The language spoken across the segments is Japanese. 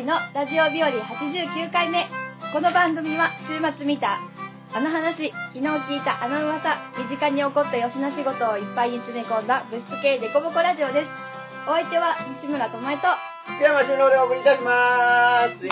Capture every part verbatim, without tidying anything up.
のラジオ日和はちじゅうきゅうかいめ。この番組は週末見たあの話、昨日聞いたあの噂、身近に起こったよしな仕事をいっぱいに詰め込んだ物質系デコボコラジオです。お相手は西村智恵と福山修郎でお送りいたします。イエーイ。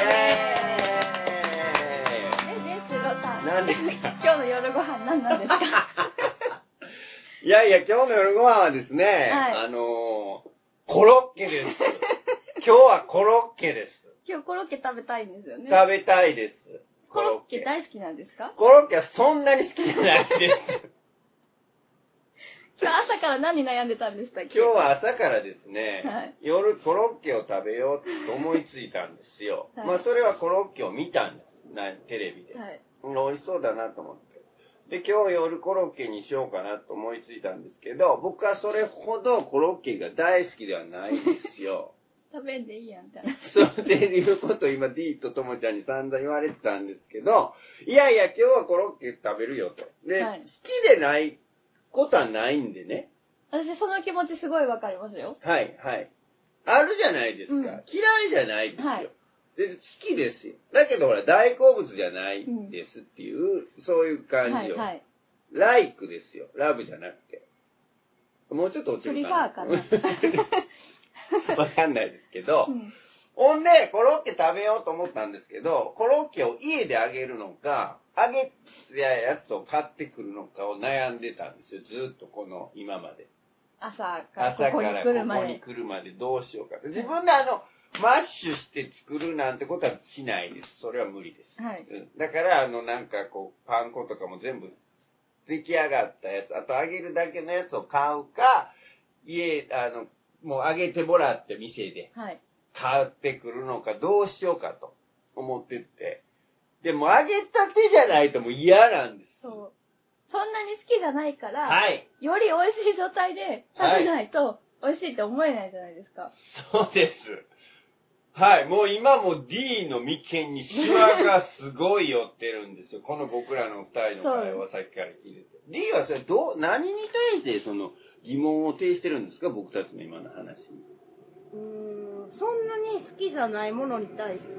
え、ですがさ、 何ですか今日の夜ご飯何なんですかいやいや、今日の夜ご飯はですね、 はい、 あのー、コロッケです。今日はコロッケです。 今日コロッケ食べたいんですよね。 食べたいです。 コロッケ大好きなんですか？ コロッケはそんなに好きじゃないです。 今日朝から何悩んでたんでしたっけ？ 今日は朝からですね、 はい、 夜コロッケを食べようと思いついたんですよ。はい、まあそれはコロッケを見たんです。なテレビで、はい。美味しそうだなと思って。で、今日夜コロッケにしようかなと思いついたんですけど、僕はそれほどコロッケが大好きではないんですよ。 食べんでいいやんって話。 そうっていうことを今 D とともちゃんに散々言われてたんですけど、いやいや今日はコロッケ食べるよと。で、はい、好きでないことはないんでね。 私その気持ちすごいわかりますよ。 はいはい。あるじゃないですか。うん、嫌いじゃないですよ。はい、で好きですよ。だけどほら大好物じゃないですっていう、うん、そういう感じよ。はいはい、ライクですよ。ラブじゃなくて。もうちょっと落ちるかな。 プリファーかな。 わかんないですけど、うん、ほんで、コロッケ食べようと思ったんですけど、コロッケを家で揚げるのか、揚げたやつを買ってくるのかを悩んでたんですよ。ずっとこの今まで。 朝からここに来るまで。 ここに来るまでどうしようか。自分であの、マッシュして作るなんてことはしないです。それは無理です。はい、だから、あの、なんかこう、パン粉とかも全部出来上がったやつ、あと揚げるだけのやつを買うか、家、あの、もう揚げてもらって店で買ってくるのかどうしようかと思ってて。でも揚げたてじゃないともう嫌なんです。 そう。そんなに好きじゃないから、 はい、 より美味しい状態で食べないと美味しいって思えないじゃないですか。 そうです。はい。もう今も D の眉間にシワがすごい寄ってるんですよ。この僕らの二人の会話さっきから聞いてて。D はそれどう、何に対してその疑問を呈してるんですか？僕たちの今の話。 うーん、そんなに好きじゃないものに対して、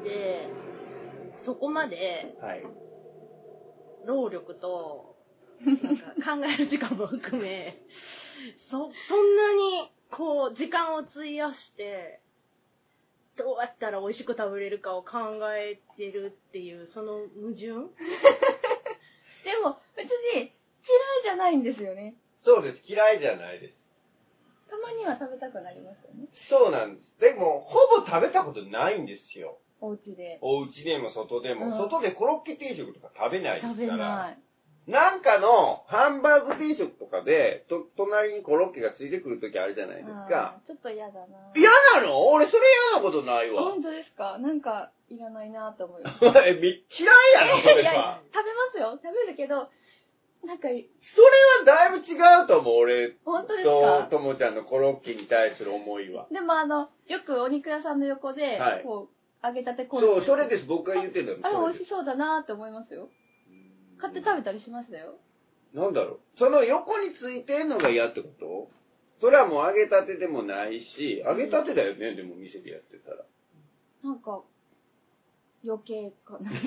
そこまで、労力と、なんか考える時間も含め、そ、そんなに、こう、時間を費やして、どうやったら美味しく食べれるかを考えてるっていう、その矛盾でも、 別に嫌いじゃないんですよね。 そうです。嫌いじゃないです。 たまには食べたくなりますよね。 そうなんです。でも、ほぼ食べたことないんですよ。 お家で。 お家でも外でも。うん、外でコロッケ定食とか食べないですから。 食べない。 なんかのハンバーグ定食とかで、と、隣にコロッケがついてくるときあるじゃないですか。 ちょっと嫌だな。 嫌なの？俺それ嫌なことないわ。 本当ですか？なんか、いらないなと思います。 え、めっちゃ嫌いやろ、それは。いやいや、 食べますよ。食べるけど、なんか、それはだいぶ違うと思う、俺。 本当ですか？ と、ともちゃんのコロッケに対する思いは。 でもあの、よくお肉屋さんの横で、はい、こう、揚げたてコロッケ。 そう、それです。僕が言ってたの。 あれ美味しそうだなって思いますよ。買って食べたりしましたよ。 なんだろう。その横についてんのが嫌ってこと？それはもう揚げたてでもないし、揚げたてだよね、でも店でやってたら。 なんか、余計かな。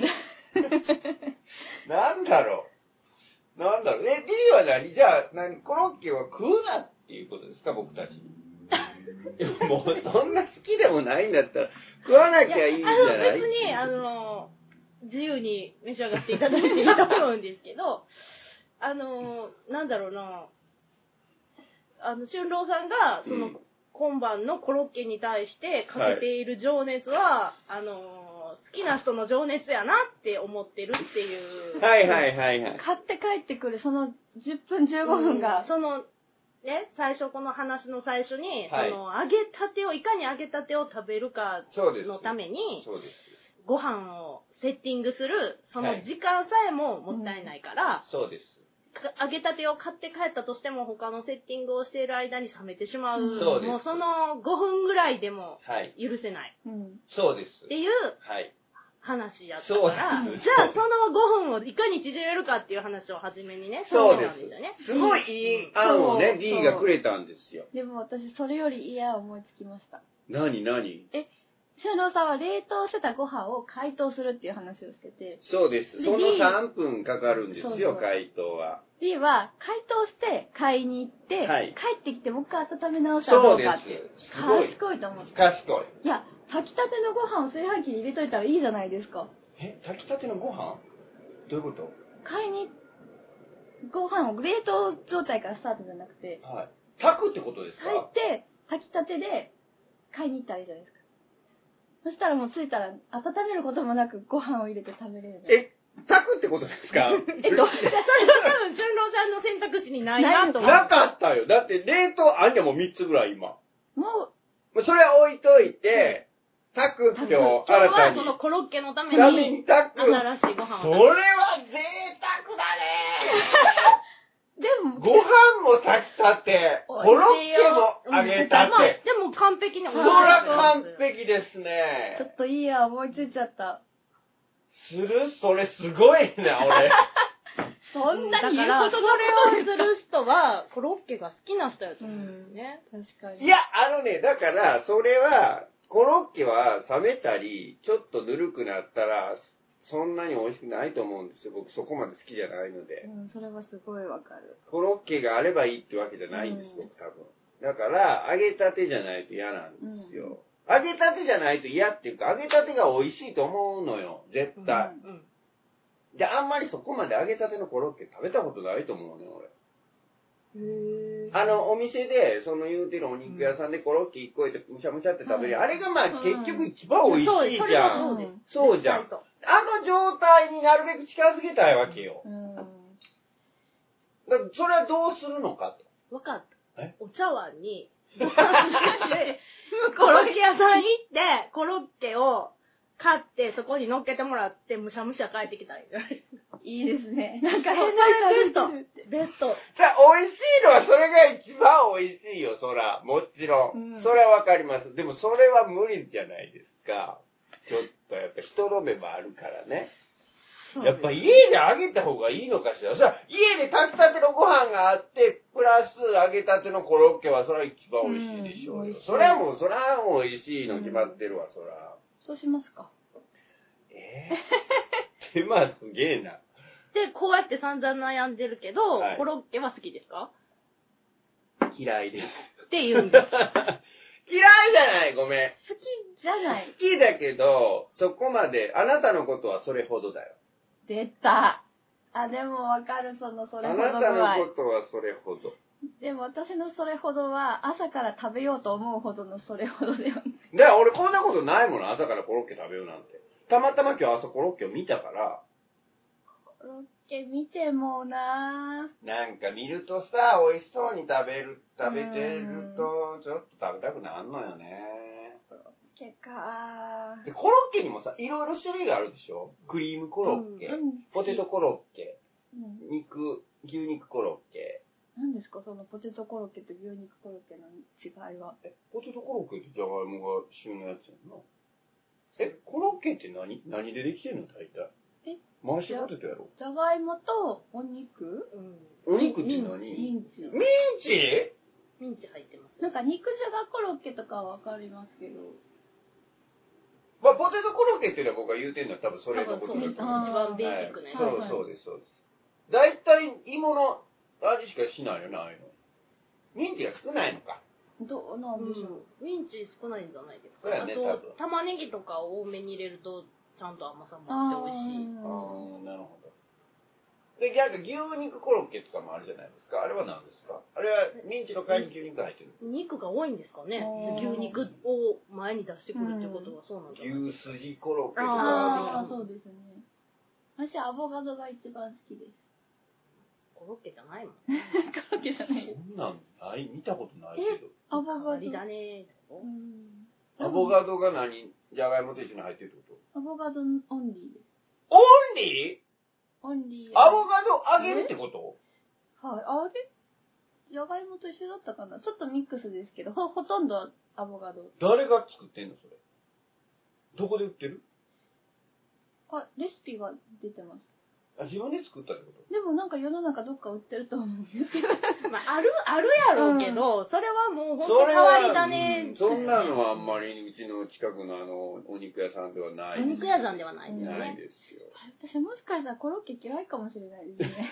なんだろう。なんだろう。え、D は何？じゃあ、何？コロッケは食うなっていうことですか、僕たち。もうそんな好きでもないんだったら、食わなきゃいいんじゃない？ 別に、あの、自由に召し上がっていただいていいと思うんですけど、あの、なんだろうな、あの、春郎さんが、その、うん、今晩のコロッケに対してかけている情熱は、はい、あの、好きな人の情熱やなって思ってるっていう。 はいはいはいはい。 買って帰ってくる、そのじゅっぷんじゅうごふんが、 うん、その、ね、最初、この話の最初に、はい、その、揚げたてを、いかに揚げたてを食べるかのために、 そうです。 ご飯をセッティングする、その時間さえももったいないから、はい、 そうです。 揚げたてを買って帰ったとしても他のセッティングをしている間に冷めてしまう。 そうです。 もうそのごふんぐらいでも許せない。 はい、うん、そうです。 っていう話やったから、 そうです。 じゃあそのごふんをいかに縮めるかっていう話を初めにね、 そうです。ね、すごいいい案をね、D がくれたんですよ。 でも私それより嫌思いつきました。 何何？ え、 修郎さんは冷凍してたご飯を解凍するっていう話をしてて。 そうです。そのさんぷんかかるんですよ、そうそう解凍は。 D は解凍して買いに行って、はい、帰ってきてもう一回温め直したらどうかっていう。そうです。賢いと思って。 賢い。 いや、炊きたてのご飯を炊飯器に入れといたらいいじゃないですか。 え、炊きたてのご飯どういうこと？ 買いに、ご飯を冷凍状態からスタートじゃなくて。 はい。炊くってことですか？ 炊いて、炊きたてで買いに行ったらいいじゃないですか。そしたらもう着いたら温めることもなくご飯を入れて食べれる。 え、炊くってことですか？ えっと、それは多分、俊郎さんの選択肢にないなと思う。 なかったよ。だって冷凍あんにゃもうみっつぐらい今。 もう、それは置いといて、炊く今日、新たに。 今日はそのコロッケのために、 新しいご飯を。 それは贅沢だねでも、 ご飯も炊きたて、コロッケも揚げたて。まあ、 でも完璧に美味しい。そら完璧ですね。 ちょっといいや、思いついちゃった。 する？それすごいね、俺。 そんなに言うほどそれをする人は、コロッケが好きな人やと思うんですね。 確かに。 いや、あのね、だから、それは、コロッケは冷めたり、ちょっとぬるくなったら、そんなに美味しくないと思うんですよ。僕そこまで好きじゃないので。 うん、それはすごいわかる。 コロッケがあればいいってわけじゃないんです、うん、僕多分。だから、揚げたてじゃないと嫌なんですよ。うん、揚げたてじゃないと嫌っていうか、揚げたてが美味しいと思うのよ、絶対。うんうん、で、あんまりそこまで揚げたてのコロッケ食べたことないと思うね、俺。 へあの、お店で、その言うてるお肉屋さんでコロッケいっこいてむしゃむしゃって食べる、うん、あれがまあ結局一番美味しいじゃん。 うん、 そうじゃん。あの状態になるべく近づけたいわけよ。うん、だからそれはどうするのかと。わかった。お茶碗に、 コロッケ屋さん行って、コロッケを買って、そこに乗っけてもらって、むしゃむしゃ帰ってきたらいい。いいですね。なんか変なベスト。ベスト。 さあ、美味しいのはそれが一番美味しいよ、そら。もちろん。うん、それはわかります。でもそれは無理じゃないですか。ちょっとやっぱ人の目もあるからね。やっぱ家で揚げた方がいいのかしら。さあ、家で炊きたてのご飯があって、プラス揚げたてのコロッケはそれは一番美味しいでしょうよ。うん、それはもう、それは美味しいの決まってるわ、そら。 そうしますか。 えー、手間すげえな。 で、こうやって散々悩んでるけど、はい、コロッケは好きですか？ 嫌いです。 って言うんです。 嫌いじゃない、ごめん。 好きじゃない。 好きだけど、そこまで、あなたのことはそれほどだよ。 出た。あ、でもわかる、そのそれほどあなたのことはそれほど。 でも私のそれほどは、朝から食べようと思うほどのそれほどではない。 だから俺こんなことないもの、朝からコロッケ食べようなんて。たまたま今日朝コロッケを見たから。 コロッケ見てもなぁ。なんか見るとさ、美味しそうに食べる、食べてると、ちょっと食べたくなるのよね。 コロッケかでコロッケにもさ、いろいろ種類があるでしょ？クリームコロッケ、うん、ポテトコロッケ、うん、肉、牛肉コロッケ。 何ですかそのポテトコロッケと牛肉コロッケの違いは。 え、ポテトコロッケってじゃがいもが旬のやつやんな。え、コロッケって何何でできてんの大体。えマッシュポテトやろ。 じゃがいもとお肉、 うん、お肉って何？ ミンチ。ミンチ？ ミンチ入ってます。 なんか肉じゃがコロッケとかはわかりますけど。 まあ、ポテトコロッケっていうのは僕が言うてんのは多分それのことだと思う。 一番ベーシックね。 はい、そう、そうです、そうです。大体芋の味しかしないよな、ああいうの。ミンチが少ないのか。 どうなんでしょう。 うん、ミンチ少ないんじゃないですか。 そうやね、 あと、玉ねぎとかを多めに入れると、ちゃんと甘さもあって美味しい。 ああ、なるほど。で、なんか牛肉コロッケとかもあるじゃないですか。あれは何ですか？あれはミンチの代わりに牛肉入ってる？ 肉が多いんですかね。牛肉を前に出してくるってことはそうなんだ。 牛すじコロッケとかああ、そうですね。私アボカドが一番好きです。 コロッケじゃないもん。 コロッケじゃない。 そんなんない、見たことないけど。 アボカド。 だね。 アボカドが何？じゃがいもと一緒に入ってるってこと？ アボカドオンリーです。 オンリー？ オンリー。 アボカド揚げるってこと？ はい。あれじゃがいもと一緒だったかな？ちょっとミックスですけど、ほ、ほとんどアボカド。 誰が作ってんのそれ？どこで売ってる？ あ、レシピが出てましあ、自分で作ったってこと？ でもなんか世の中どっか売ってると思うんですけど。 まあ、ある、あるやろうけど、うん、それはもう本当変わり種、 うん。そんなのはあんまりうちの近くのあの、お肉屋さんではない。 お肉屋さんではないですよね。 ないですよ。 私もしかしたらコロッケ嫌いかもしれないですね。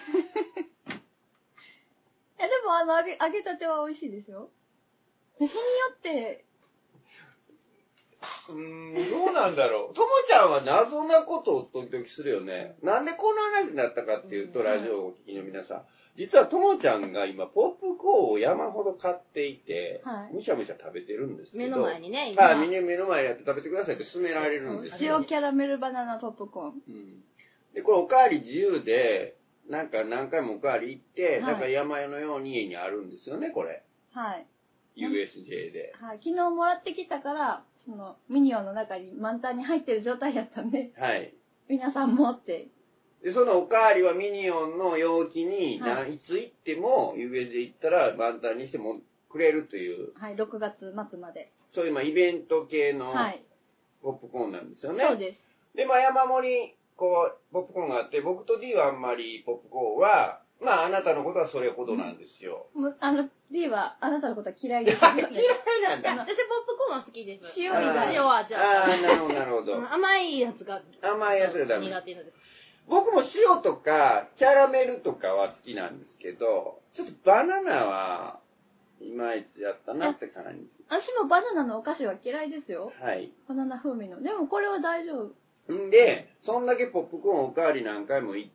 いや、でもあの揚げ、揚げたては美味しいですよ。日によって、 うーん、どうなんだろう。ともちゃんは謎なことを時々するよね。なんでこの話になったかっていうと、ラジオをお聞きの皆さん。実はともちゃんが今、ポップコーンを山ほど買っていて、はい、むしゃむしゃ食べてるんですけど。 目の前にね、今。 はい、目の前にやって食べてくださいって勧められるんですよ。 塩キャラメルバナナポップコーン。 うん。で、これおかわり自由で、なんか何回もおかわり行って、はい、なんか山のように家にあるんですよね、これ。 はい。 ユーエスジェー で。 はい。昨日もらってきたから、そのミニオンの中に満タンに入ってる状態だったんで、 はい。 皆さんもって。 で、そのおかわりはミニオンの容器に、はい、いつ行っても ユーエスジェー 行ったら満タンにしてもくれるという。 はい、ろくがつ末まで。 そういうまあイベント系のポップコーンなんですよね。 はい、そうです。 で、まあ山盛り、こう、ポップコーンがあって、僕と D はあんまりポップコーンは、まああなたのことはそれほどなんですよ。 もうあの、D はあなたのことは嫌いです、 ね。嫌いなんだ。 私ポップコーンは好きです。 塩以外。 塩はじゃあ。ああ、なるほど、なるほど。 甘いやつが。 甘いやつがダメ。 苦手です。 僕も塩とかキャラメルとかは好きなんですけど、ちょっとバナナはいまいちやったなって感じ。 私もバナナのお菓子は嫌いですよ。 はい。 バナナ風味の。でもこれは大丈夫。 んで、そんだけポップコーンおかわり何回も行って、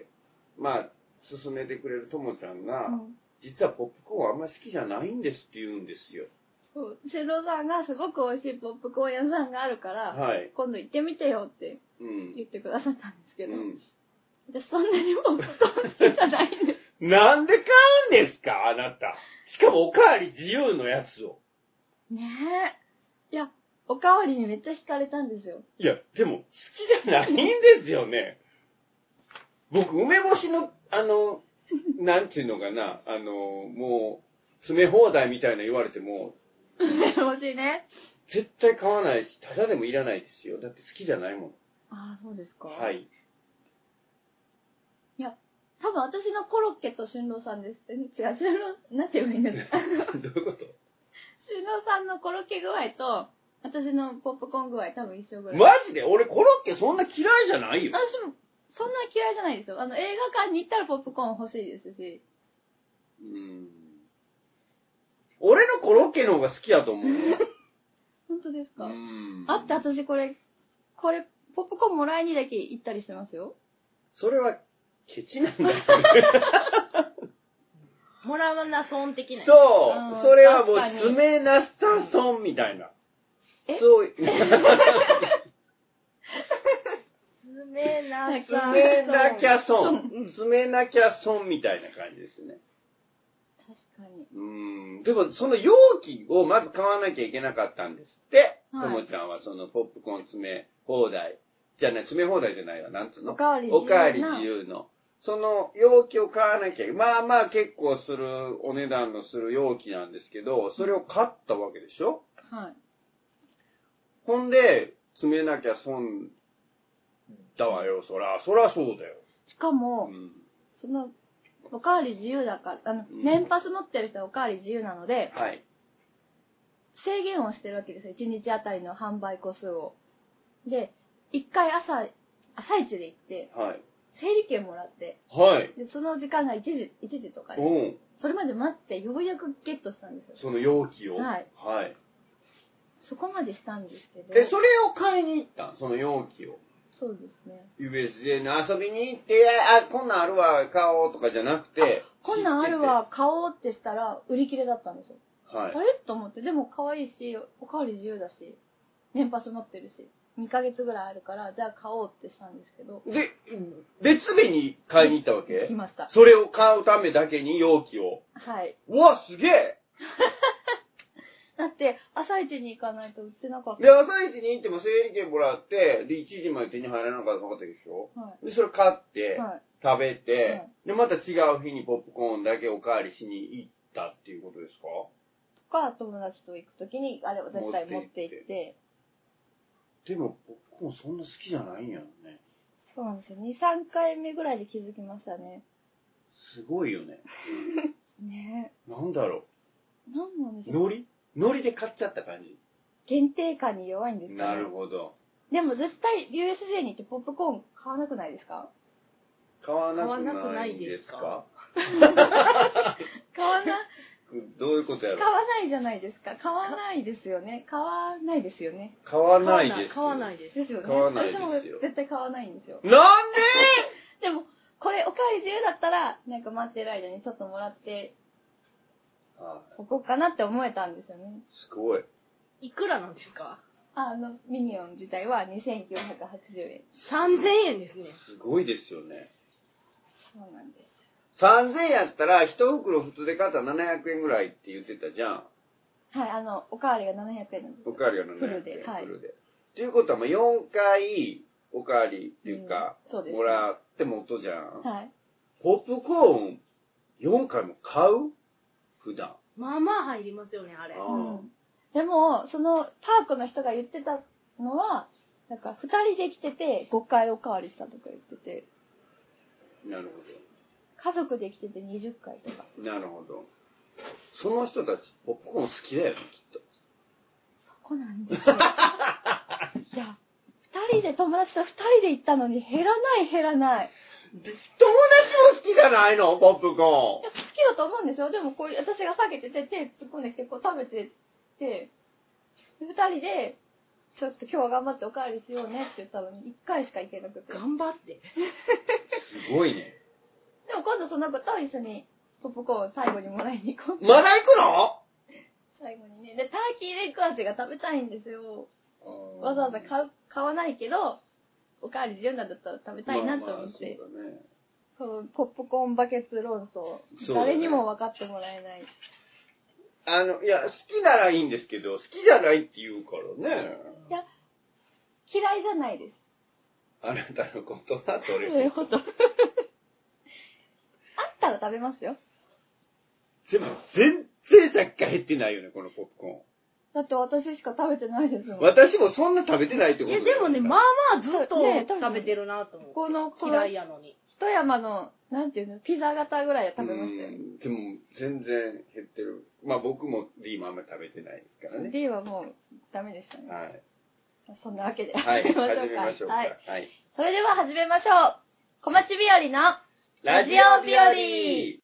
まあ、勧めてくれるともちゃんが、うん、実はポップコーンあんまり好きじゃないんですって言うんですよ。 そう。シロさんがすごく美味しいポップコーン屋さんがあるから、はい、今度行ってみてよって言ってくださったんですけど、うん、私そんなにポップコーン好きじゃないんです。 なんで買うんですかあなた。しかもおかわり自由のやつを。 ねえ。いや、おかわりにめっちゃ惹かれたんですよ。 いや、でも好きじゃないんですよね。僕、梅干しの、あの、なんていうのかな、あの、もう、詰め放題みたいな言われても、 梅干しね。 絶対買わないし、ただでもいらないですよ。だって好きじゃないもん。 ああ、そうですか。 はい。 いや、多分私のコロッケと俊郎さんです。違う、俊郎、なんて言えばいいんですか。 どういうこと？ 俊郎さんのコロッケ具合と、私のポップコーン具合多分一緒ぐらい。 マジで？俺コロッケそんな嫌いじゃないよ。 私も、そんな嫌いじゃないですよ。あの、映画館に行ったらポップコーン欲しいですし。 うーん。俺のコロッケの方が好きやと思う。 本当ですか？ うーん。 あって私これ、これ、ポップコーンもらいにだけ行ったりしてますよ。 それは、ケチなんだよね。 もらわな損的な。 そう。それはもう、詰めなさ損みたいな。 えそう。 詰めなさ詰めなきゃ損。詰めなきゃ損みたいな感じですね。 確かに。 うーん。でも、その容器をまず買わなきゃいけなかったんですって。とも、はい、ちゃんはそのポップコーン詰め放題。じゃない、詰め放題じゃないわ。なんつうの？ おかわり自由の。 おかわり自由の。その容器を買わなきゃ、まあまあ結構する、お値段のする容器なんですけど、それを買ったわけでしょ？ はい。 ほんで、詰めなきゃ損だわよ、そら。そらそうだよ。 しかも、うん、その、おかわり自由だから、あの、うん、年パス持ってる人はおかわり自由なので、 はい。 制限をしてるわけですよ。いちにちあたりの販売個数を。で、一回朝、朝一で行って、 はい。 整理券もらって、 はい。 で、その時間がいちじ、いちじとかで、 うん。 それまで待って、ようやくゲットしたんですよ。 その容器を。 はい。 はい。 そこまでしたんですけど。 え、それを買いに行ったん？その容器を。 そうですね。 ユーエスジェー の遊びに行って、あ、こんなんあるわ、買おうとかじゃなくて。 こんなんあるわ、買おうってしたら、売り切れだったんですよ。 はい。 あれと思って、でも可愛いし、おかわり自由だし、年パス持ってるし。にかげつぐらいあるから、じゃあ買おうってしたんですけど。 で、別日に買いに行ったわけ？ 行きました。 それを買うためだけに容器を。 はい。 うわ、すげえだって、朝一に行かないと売ってなかった。 で、朝一に行っても整理券もらって、で、いちじまで手に入らなかったでしょ？はい。で、それ買って、はい、食べて、はい、で、また違う日にポップコーンだけおかわりしに行ったっていうことですか？ とか、友達と行くときに、あれは絶対持って行って。 でも、ポップコーンそんな好きじゃないんやろね。 そうなんですよ。に、さんかいめぐらいで気づきましたね。 すごいよね。 ねえ。なんだろう。なんなんでしょう。 ノリノリで買っちゃった感じ。 限定感に弱いんですかね。 なるほど。 でも絶対 ユーエスジェー に行ってポップコーン買わなくないですか？ 買わなくないですか？ 買わなどういうことやろ？ 買わないじゃないですか。買わないですよね。買わないですよね。 買わないです。 買わないです。 ですよね。 買わないですよ。 私も絶対買わないんですよ。 なんででも、これおかわり自由だったら、なんか待ってる間にちょっともらって、おこうかなって思えたんですよね。 すごい。 いくらなんですか？ あの、ミニオン自体はにせんきゅうひゃくはちじゅうえん。 さんぜんえんですね。 すごいですよね。 そうなんです。 さんぜんえんやったら、一袋普通で買ったらななひゃくえんぐらいって言ってたじゃん。 はい、あの、おかわりがななひゃくえんなんです。 おかわりがななひゃくえん。 フルで。はい。 フルで。っていうことは、まあ、よんかいおかわりっていうか、 うん、そうですね、 もらって元じゃん。 はい。 ポップコーンよんかいも買う？普段。 まあまあ入りますよね、あれ。 うん、でも、その、パークの人が言ってたのは、なんか、二人で来てて、ごかいおかわりしたとか言ってて。 なるほど。 家族で来ててにじゅっかいとか。 なるほど。その人たち、ポップコーン好きだよね、きっと。 そこなんですよ。いや、二人で、友達と二人で行ったのに減らない減らない。 友達も好きじゃないの？ポップコーン。いや、 好きだと思うんですよ。でもこういう、私が下げてて、手突っ込んできて、こう食べてて、二人で、ちょっと今日は頑張っておかわりしようねって言ったのに、一回しか行けなくて。 頑張って。 すごいね。 でも今度その子と一緒にポップコーンを最後にもらいに行こう。 まだ行くの？ 最後にね。で、ターキーレッグ味が食べたいんですよ。わざわざ買う、買わないけど、おかわり自由なんだったら食べたいなと思って。まあまあ、そうだね。このポップコーンバケツ論争、ね、誰にも分かってもらえない。 あの、いや、好きならいいんですけど、好きじゃないって言うからね。 いや、嫌いじゃないです。 あなたのことはそれ。 そういうこと。あったら食べますよ。 でも、全然さっきから減ってないよね、このポップコーン。 だって私しか食べてないですもん。 私もそんな食べてないってこといや、でもね、まあまあずっと食べてるなと思って。この、この嫌いやのに。 一山の、なんていうの、ピザ型ぐらいは食べましたよ。 でも、全然減ってる。まあ僕も D もあんまり食べてないですからね。 D はもうダメでしたね。はい。そんなわけで。 はい、始めましょうか。はい。はい、 それでは始めましょう。小町日和のラジオ日和。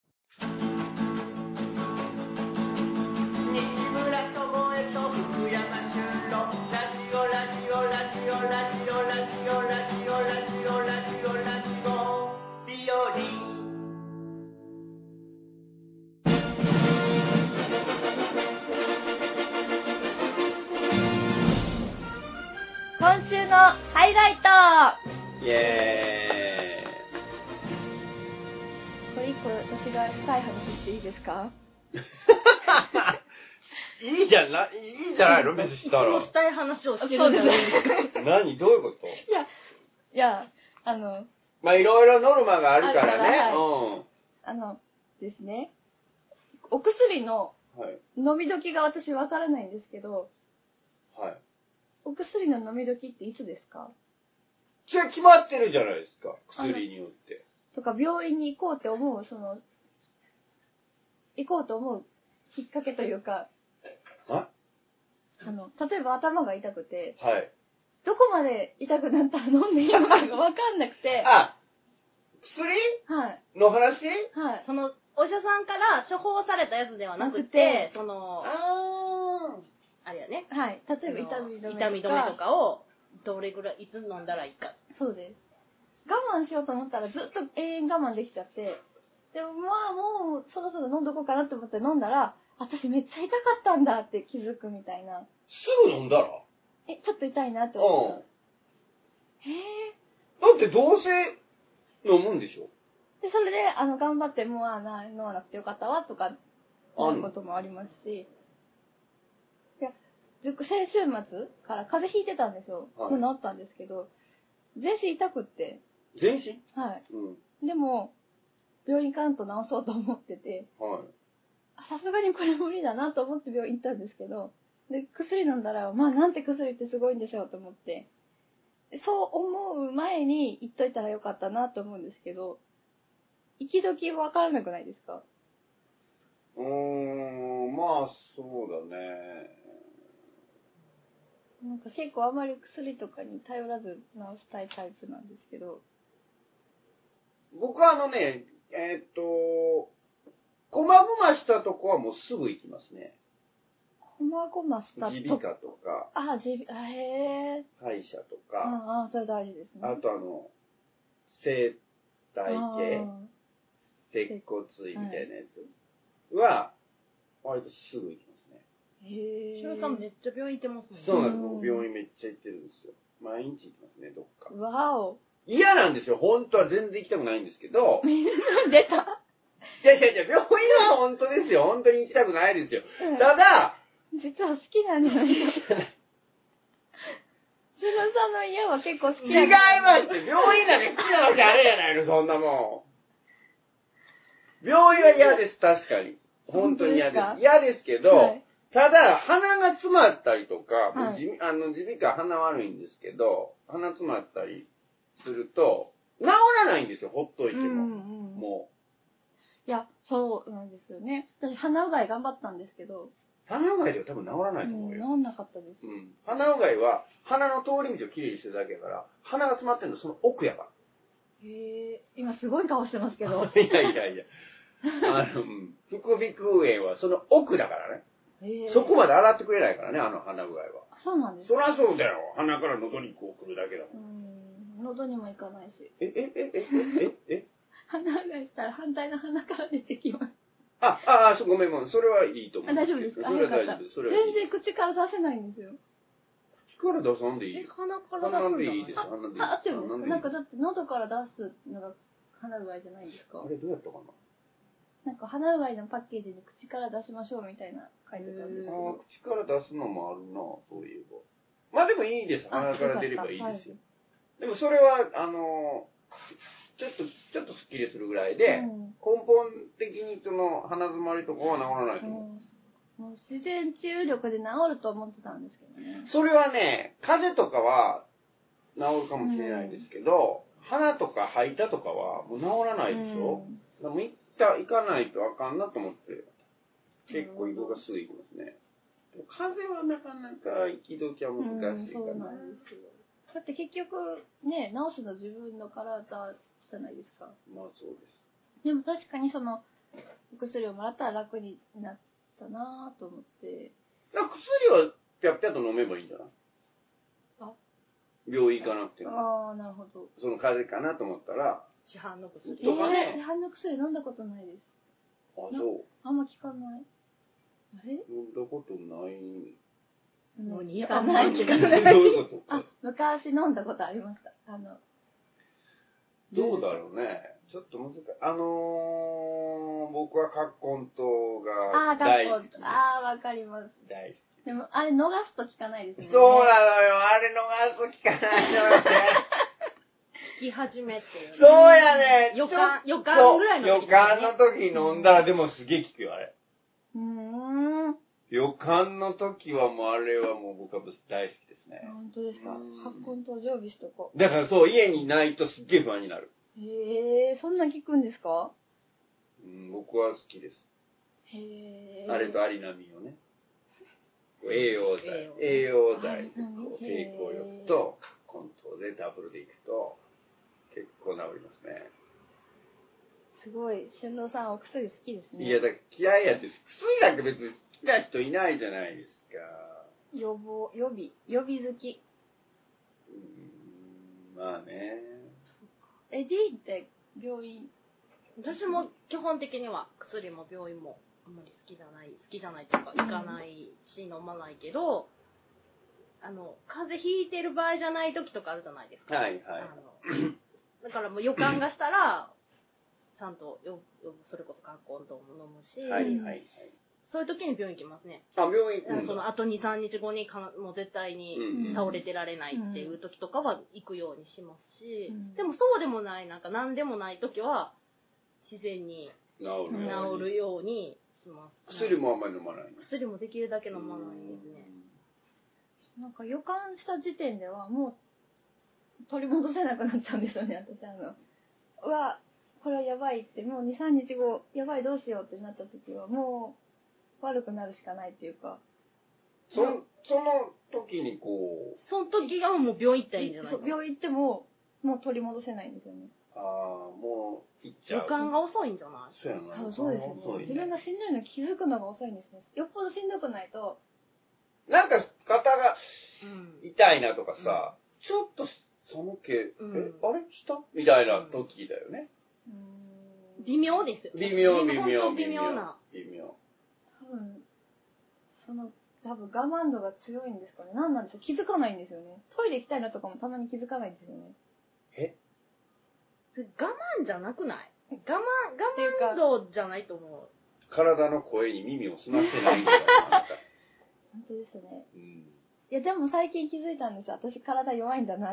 今週のハイライト。 イエーイ。これ一個私がしたい話していいですか？ いいじゃない、いいじゃないの、別にしたら。 いつもしたい話をしてるんじゃないですか。 何？どういうこと？ いや、いや、あの。 まあいろいろノルマがあるからね。 はい、うん。あのですね、お薬の飲み時が私わからないんですけど、 はい。 お薬の飲み時っていつですか？ それ決まってるじゃないですか、薬によって。 とか、病院に行こうって思う、その、行こうと思うきっかけというか、 ああの、例えば頭が痛くて、 はい。 どこまで痛くなったら飲んでいいのかがわかんなくて。 あ、薬？ はい。 の話？ はい。 その、お医者さんから処方されたやつではなくて、その、 あー。 あれやね。 はい。例えば痛み止めとか。 痛み止めとかを、どれぐらい、いつ飲んだらいいか。 そうです。我慢しようと思ったらずっと永遠我慢できちゃって、でもまあもうそろそろ飲んどこうかなって思って飲んだら、私めっちゃ痛かったんだって気づくみたいな。 すぐ飲んだら？ え、ちょっと痛いなって思った。うん。へえ。だってどうせ飲むんでしょ？ で、それで、あの、頑張って、もう、あな、飲まなくてよかったわ、とか、なることもありますし。いや、ずっと先週末から風邪ひいてたんですよ。はい、もう治ったんですけど、全身痛くって。 全身？ はい。うん。でも、病院行かんと治そうと思ってて、 はい。 さすがにこれ無理だなと思って病院行ったんですけど、で、薬飲んだら、まあなんて薬ってすごいんでしょうと思って、 そう思う前に言っといたらよかったなと思うんですけど、行き時わからなくないですか？ うーん、まあそうだね。 なんか結構あまり薬とかに頼らず治したいタイプなんですけど。 僕はあのね、えー、っと、こまごましたとこはもうすぐ行きますね。 こまごましたとこ。 耳鼻科とか。 あ、耳鼻、へえ。 歯医者とか。 ああ、それ大事ですね。 あとあの、生体系、接骨院みたいなやつは、割とすぐ行きますね。 へえ。しゅうさんめっちゃ病院行ってますもんね。 そうなんです。僕病院めっちゃ行ってるんですよ。毎日行ってますね、どっか。 わお。 嫌なんですよ。本当は全然行きたくないんですけど。 出た。 じゃじゃじゃ病院は本当ですよ。本当に行きたくないですよ。うん、ただ、 実は好きなんじゃないですか。しのさんの家は結構好きなんじゃないですか。違います。病院なんか好きなわけあれじゃないの、そんなもん。病院は嫌です、確かに。本当に嫌です。嫌ですけど、はい、ただ、鼻が詰まったりとか、はい、あの耳鼻科鼻悪いんですけど、鼻詰まったりすると、治らないんですよ、ほっといても。うんうん、もう。 いや、そうなんですよね。私、鼻うがい頑張ったんですけど。 鼻うがいでは多分治らないと思うよ。 うん、治んなかったです。 うん。鼻うがいは、鼻の通り道をきれいにしてるだけだから、鼻が詰まってるのその奥やから。 へえ、今すごい顔してますけど。 いやいやいや。あの、うん。副鼻腔炎はその奥だからね。へそこまで洗ってくれないからね、あの鼻うがいは。 そうなんですか？ そりゃそうだよ。鼻から喉にこう来るだけだもん。 うん。喉にも行かないし。 え、え、え、え、え、え、 鼻うがいしたら反対の鼻から出てきます。 あ、あ、あ、そう、ごめん、ごめん。それはいいと思う。 あ、大丈夫ですか？ それは大丈夫。それは全然口から出せないんですよ。 口から出さんでいい。 え、鼻から出すんでいいです。鼻でいいです。 あ、合ってるんですか？なんかだって喉から出すのが鼻うがいじゃないんですか？ あれどうやったかな？ なんか鼻うがいのパッケージで口から出しましょうみたいな書いてたんですけど。 あ、口から出すのもあるな、そういえば。まあでもいいです。鼻から出ればいいですよ。でもそれは、あの、ちょっと、ちょっとスッキリするぐらいで、うん、根本的にその鼻詰まりとかは治らないと思う。 うん、もう自然治癒力で治ると思ってたんですけどね。 それはね、風邪とかは治るかもしれないですけど、うん、鼻とか吐いたとかはもう治らないでしょ。うん、もう行った行かないとあかんなと思って、結構移動がすぐ行きますね。風邪はなかなか行き時は難しいかな。うん、そうなんですよ。 だって結局ね、治すの自分の体じゃないですか。 まあそうです。 でも確かにそのお薬をもらったら楽になったなぁと思って。 薬はぴゃっぴゃっと飲めばいいんじゃない？あ、病院行かなくても。 ああ、なるほど。 その風邪かなと思ったら。 市販の薬とかね。えー、市販の薬飲んだことないです。 あ、そう。 あんま効かない。あれ？ 飲んだことない。 のに効かないけど。どういうこと？ あ、昔飲んだことありました。あの。 どうだろうね。ちょっと難しい。あのー、僕はカッコン糖が大好き。 ああ、わかります。 大好き。 でも、あれ逃すと効かないですね。 そうなのよ。あれ逃すと効かないのよね。 効き始めっていう、ね。 そうやね。 予感、予感ぐらいの時、ね。予感の時に飲んだらでもすげえ効くよ、あれ。 うーん。 予感の時はもうあれはもう僕は大好きですね。 本当ですか？カッコン糖常備しとこう。 だからそう、家にないとすっげえ不安になる。 へえ、そんな効くんですか？ うん、僕は好きです。 へえ。 あれとアリナミンをね。栄養剤。栄養剤でこう抵抗力とカッコン糖でダブルでいくと結構治りますね。 すごい、俊郎さんお薬好きですね。 いや、だから気合いやって、薬なんか別に好きな人いないじゃないですか。 予防、予備、予備好き。 うーん、まあね。 え、D って病院？ 私も基本的には薬も病院もあんまり好きじゃない、好きじゃないというか行かないし飲まないけど、あの、風邪ひいてる場合じゃない時とかあるじゃないですか。 はいはい。 あのだからもう予感がしたら、ちゃんとよよそれこそカッコン糖も飲むし、 はいはいはい、 そういう時に病院行きますね。 あ、病院行くんだ。 そのあとに、さんにちごにかもう絶対に倒れてられないっていう時とかは行くようにしますし、うん、でもそうでもない、なんか何でもない時は自然に治るようにします。 薬もあんまり飲まない。 薬もできるだけ飲まないんですね。 なんか予感した時点ではもう取り戻せなくなっちゃうんですよね、私。あの、うわ、これはやばいって、もうに、さんにちご、やばいどうしようってなった時は、もう悪くなるしかないっていうか。 そ, その時にこう。その時がもう病院行ったらいいんじゃないの？ 病院行っても、もう取り戻せないんですよね。 ああ、もう行っちゃう。 予感が遅いんじゃない？ そうやな。 あ、そうですよね。自分がしんどいの気づくのが遅いんですね。よっぽどしんどくないと。 なんか肩が痛いなとかさ、うん、ちょっとその毛、うん、え、あれしたみたいな時だよね。 うん、微妙ですよ。 微妙、微妙、 微妙な。 微妙。 多分、その、多分我慢度が強いんですかね。何なんでしょう。気づかないんですよね。トイレ行きたいなとかもたまに気づかないんですよね。 え？ 我慢じゃなくない？我慢、我慢度じゃないと思う。 体の声に耳を澄ませないんだよ。 本当ですね。 うん、 いや、でも最近気づいたんです。私体弱いんだなって。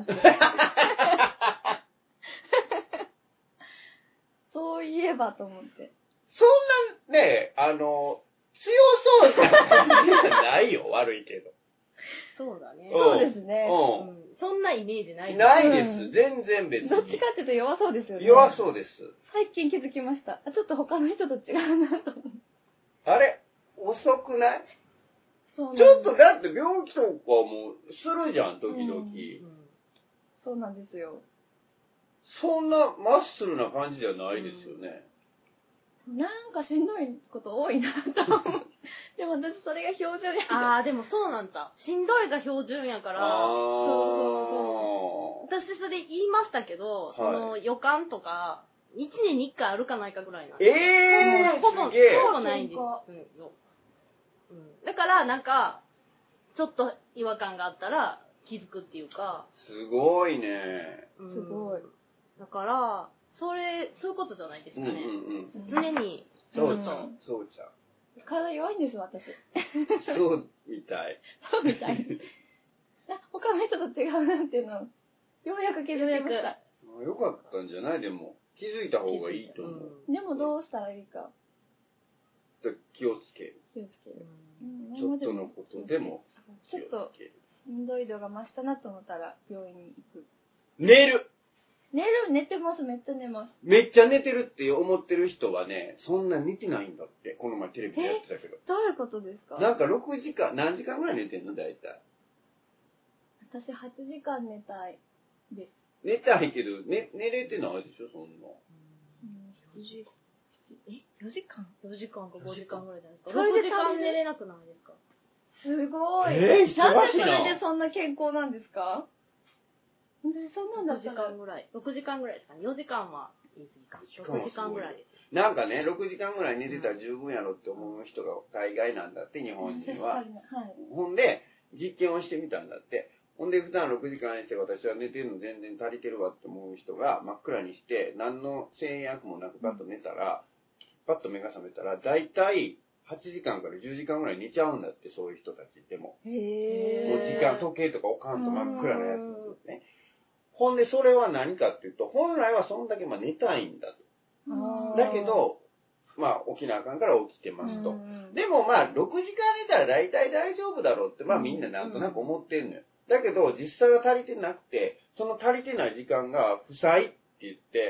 そういえばと思って。 そんなね、あの、強そうな感じじゃないよ、悪いけど。 そうだね。 そうですね。 うん。そんなイメージないです。 ないです。全然別に。 どっちかっていうと弱そうですよね。 弱そうです。 最近気づきました。ちょっと他の人と違うなと思って。 あれ遅くない？ そうちょっとだって病気とかもするじゃん、時々。うん、 そうなんですよ。 そんなマッスルな感じじゃないですよね。 うん、なんかしんどいこと多いなと思う。でも私それが標準やから。 ああ、でもそうなんだ。しんどいが標準やから。そうそうそう。私それ言いましたけど、はい、その予感とか、いちねんにいっかいあるかないかぐらいなんです。 えー、 ほぼ、ほぼないんです。うん、だからなんかちょっと違和感があったら気づくっていうか。 すごいね。 うん、すごい。 だからそれそういうことじゃないですかね。うんうんうん、常にそうちゃん、そうちゃん。 体弱いんです私。 そうみたい。 そうみたい。他の人と違うなっていうのをようやく気づきました。 よかったんじゃない？でも気づいた方がいいと思う。 うん、でもどうしたらいいか。 気をつける。 気をつける。 うん、ちょっとのことでもちょっとしんどい度が増したなと思ったら病院に行く。 寝る。 寝る寝てます。めっちゃ寝ます。 めっちゃ寝てるって思ってる人はね、そんな寝てないんだって。この前テレビでやってたけど。 どういうことですか？ なんかろくじかん、何時間ぐらい寝てんの大体。 私はちじかん寝たいです。 寝たいけど、寝、寝れてないでしょ、そんな。 うん、しちじ、え、よじかん ? よじかんかごじかんぐらいじゃないですか。ろくじかん寝れなくないですか？ すごい。 えー、 なんでそれでそんな健康なんですか？私そんなんだったら。 ろくじかんぐらい。ろくじかんぐらいですかね。よじかんは言い過ぎか。ろくじかんぐらいです。 なんかね、ろくじかんぐらい寝てたら十分やろって思う人が大概なんだって、日本人は。はい、ほんで、実験をしてみたんだって。ほんで、普段ろくじかんにして私は寝てるの全然足りてるわって思う人が真っ暗にして、何の制約もなくパッと寝たら、パッと目が覚めたら、だいたいはちじかんからじゅうじかんぐらい寝ちゃうんだって、そういう人たちでも。 へもう時間、時計とか置かんと真っ暗なやつね。ほんで、それは何かっていうと、本来はそんだけまあ寝たいんだと。だけど、まあ起きなあかんから起きてますと。でもまあろくじかん寝たら大体大丈夫だろうって、まあみんななんとなく思ってんのよ。だけど実際は足りてなくて、その足りてない時間が負債って言って、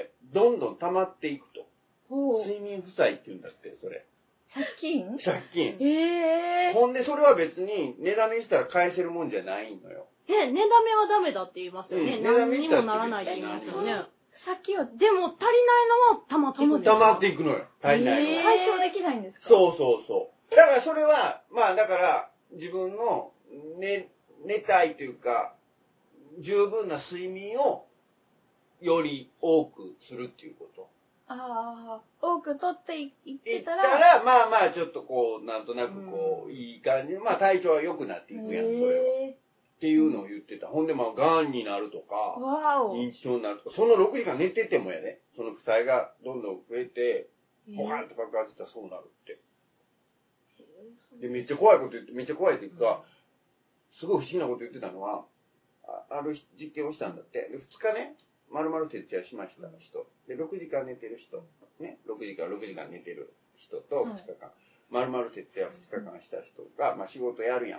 どんどん溜まっていくと。睡眠負債って言うんだって、それ。 借金？ 借金。 へぇー。 ほんでそれは別に値だめしたら返せるもんじゃないのよ。 ね、値だめはダメだって言いますよね。うん、何にもならないって言いますよね。 借金は、 でも足りないのは溜まっていくんですか？溜まっていくのよ。足りないのは。 解消できないんですか？ そうそうそう。だからそれは、まあだから自分の寝、寝たいというか、十分な睡眠をより多くするっていうこと。 ああ、多く取っていってたら。 いったら、まあまあちょっとこう、なんとなくこう、うん、いい感じで、まあ体調は良くなっていくやん、それは。っていうのを言ってた。ほんでまあ、癌になるとか、認知症になるとか、そのろくじかん寝ててもやね、その負債がどんどん増えて、ボカンと爆発したらそうなるって。で、めっちゃ怖いこと言って、めっちゃ怖いっていうか、すごい不思議なこと言ってたのは、あ, ある実験をしたんだって。で、ふつかね、丸々徹夜しました人。で、ろくじかん寝てる人。ね、ろくじかん、ろくじかん寝てる人とふつかかん。丸々徹夜ふつかかんした人が、まあ仕事やるやん。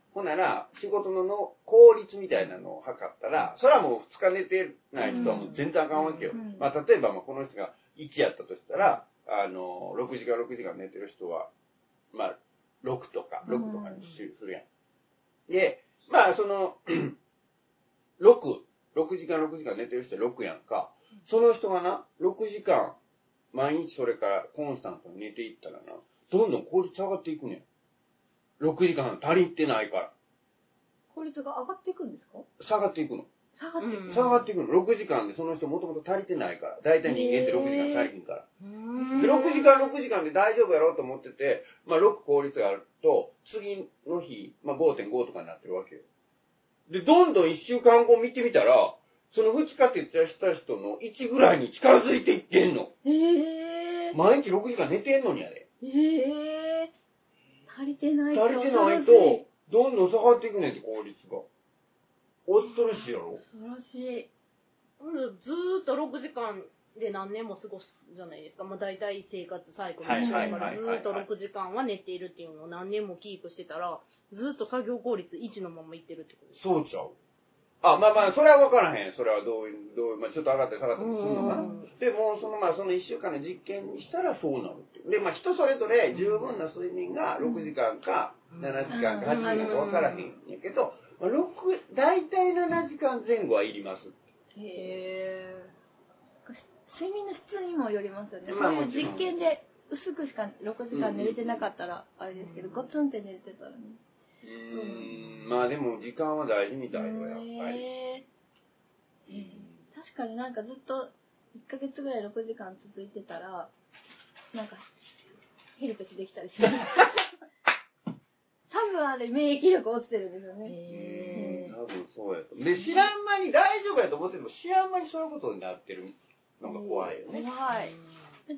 ほんなら、仕事のの効率みたいなのを測ったら、それはもうふつか寝てない人はもう全然あかんわけよ。うん、まあ、例えば、まあ、この人がいちやったとしたら、あの、ろくじかんろくじかん寝てる人は、まあ、ろくとか、ろくとかにするやん。で、まあ、その、ろく、ろくじかんろくじかん寝てる人はろくやんか。その人がな、ろくじかん、毎日それからコンスタントに寝ていったらな、どんどん効率上がっていくねん。ろくじかん足りてないから。 効率が上がっていくんですか？ 下がっていくの。 下がっていくの？ 下がっていくの。ろくじかんでその人もともと足りてないから。だいたい人間ってろくじかん足りひんから。でろくじかんろくじかんで大丈夫やろうと思ってて、まあろく効率があると、次の日、まあ ごてんご とかになってるわけよ。で、どんどんいっしゅうかんご見てみたら、そのふつか徹夜した人のいちぐらいに近づいていってんの。 へー。毎日ろくじかん寝てんのにやで。 へー。足りてないと。 足りてないと、どんどん下がっていくねんって、効率が。恐ろしいやろ？ 恐ろしい。 ずーっとろくじかんで何年も過ごすじゃないですか。まあ大体生活サイクル一緒だから、ずーっとろくじかんは寝ているっていうのを何年もキープしてたら、ずーっと作業効率いちのままいってるってことですか？ そうちゃう。あ、まあまあ、それは分からへん。それはどういう、どういう、まあちょっと上がって下がってもするのかな。でも、そのまあそのいっしゅうかんの実験にしたらそうなるっていう。で、まあ人それぞれ十分な睡眠がろくじかんかななじかんかはちじかんか分からへんやけど、まあ、ろく、大体ななじかんぜん後はいります。 へー。睡眠の質にもよりますよね。まあもちろん。実験で薄くしかろくじかん寝れてなかったらあれですけど、ゴツンって寝れてたらね。 うーん、まあでも時間は大事みたいよ、やっぱり。 へー。確かになんかずっといっかげつぐらいろくじかん続いてたら、なんかヘルペスできたりします。多分あれ免疫力落ちてるんですよね。 へー。多分そうやと。で、知らん間に大丈夫やと思ってても、知らん間にそういうことになってるのが怖いよね。 怖い。だって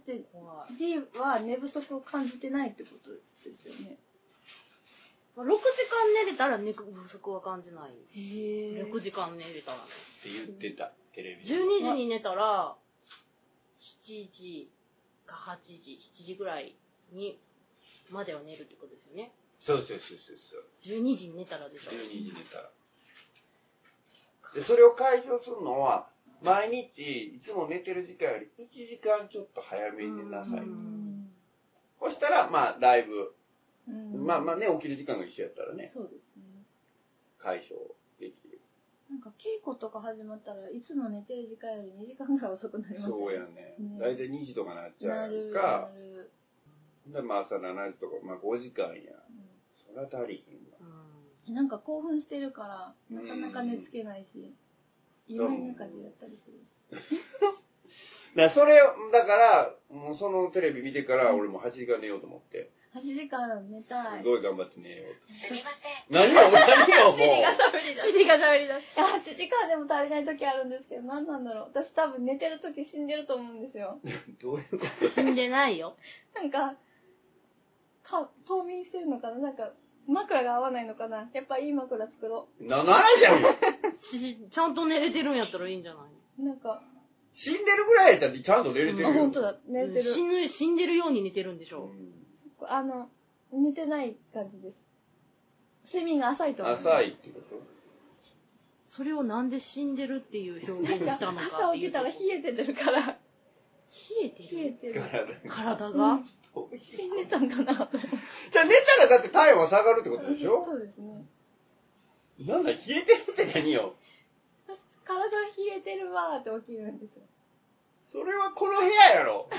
、D は寝不足を感じてないってことですよね。 ろくじかん寝れたら寝不足は感じない。へー。ろくじかん寝れたらね。 って言ってた、テレビで。 じゅうにじに寝たら、しちじかはちじ、しちじぐらいに、までは寝るってことですよね。 そうそうそうそうそう。 じゅうにじに寝たらでしょ。 じゅうにじに寝たら。で、それを解消するのは、毎日、いつも寝てる時間よりいちじかんちょっと早めに寝なさい。そしたら、まあ、だいぶ、まあまあね、起きる時間が一緒やったらね。 そうですね。 解消できる。 なんか稽古とか始まったらいつも寝てる時間よりにじかんぐらい遅くなりますね。 そうやね。だいたいにじとかなっちゃうか、で、まあ朝しちじとか、まあごじかんや。うん、そりゃ足りひんわ。 うん、なんか興奮してるから、なかなか寝つけないし、夢の中でやったりするし。 だそれを、だから、もうそのテレビ見てから俺もはちじかん寝ようと思って。 はちじかん寝たい。 すごい頑張って寝ようと。 すみません。 何を、何をもう。 チリが喋りだす。チリが喋りだす。いや、はちじかんでも足りない時あるんですけど、何なんだろう。私多分寝てる時死んでると思うんですよ。 どういうこと死んでないよ。 なんか、か、冬眠してるのかななんか、枕が合わないのかなやっぱいい枕作ろう。な、ならじゃんちゃんと寝れてるんやったらいいんじゃないなんか、 死んでるぐらいやったらちゃんと寝れてるよ。 あ、本当だ。寝れてる。 死ぬ、死んでるように寝てるんでしょ。 うん、あの、寝てない感じです。睡眠が浅いと思う。 浅いってこと？ それをなんで死んでるっていう表現にしたのかっていうと。 朝起きたら冷えてるから。冷えてる冷えてる。 体が、うん、 死んでたんかなと思って。 じゃあ寝たらだって体温は下がるってことでしょ？ そうですね。 なんだ、冷えてるって何よ？ 体冷えてるわーって起きるんですよ。 それはこの部屋やろ。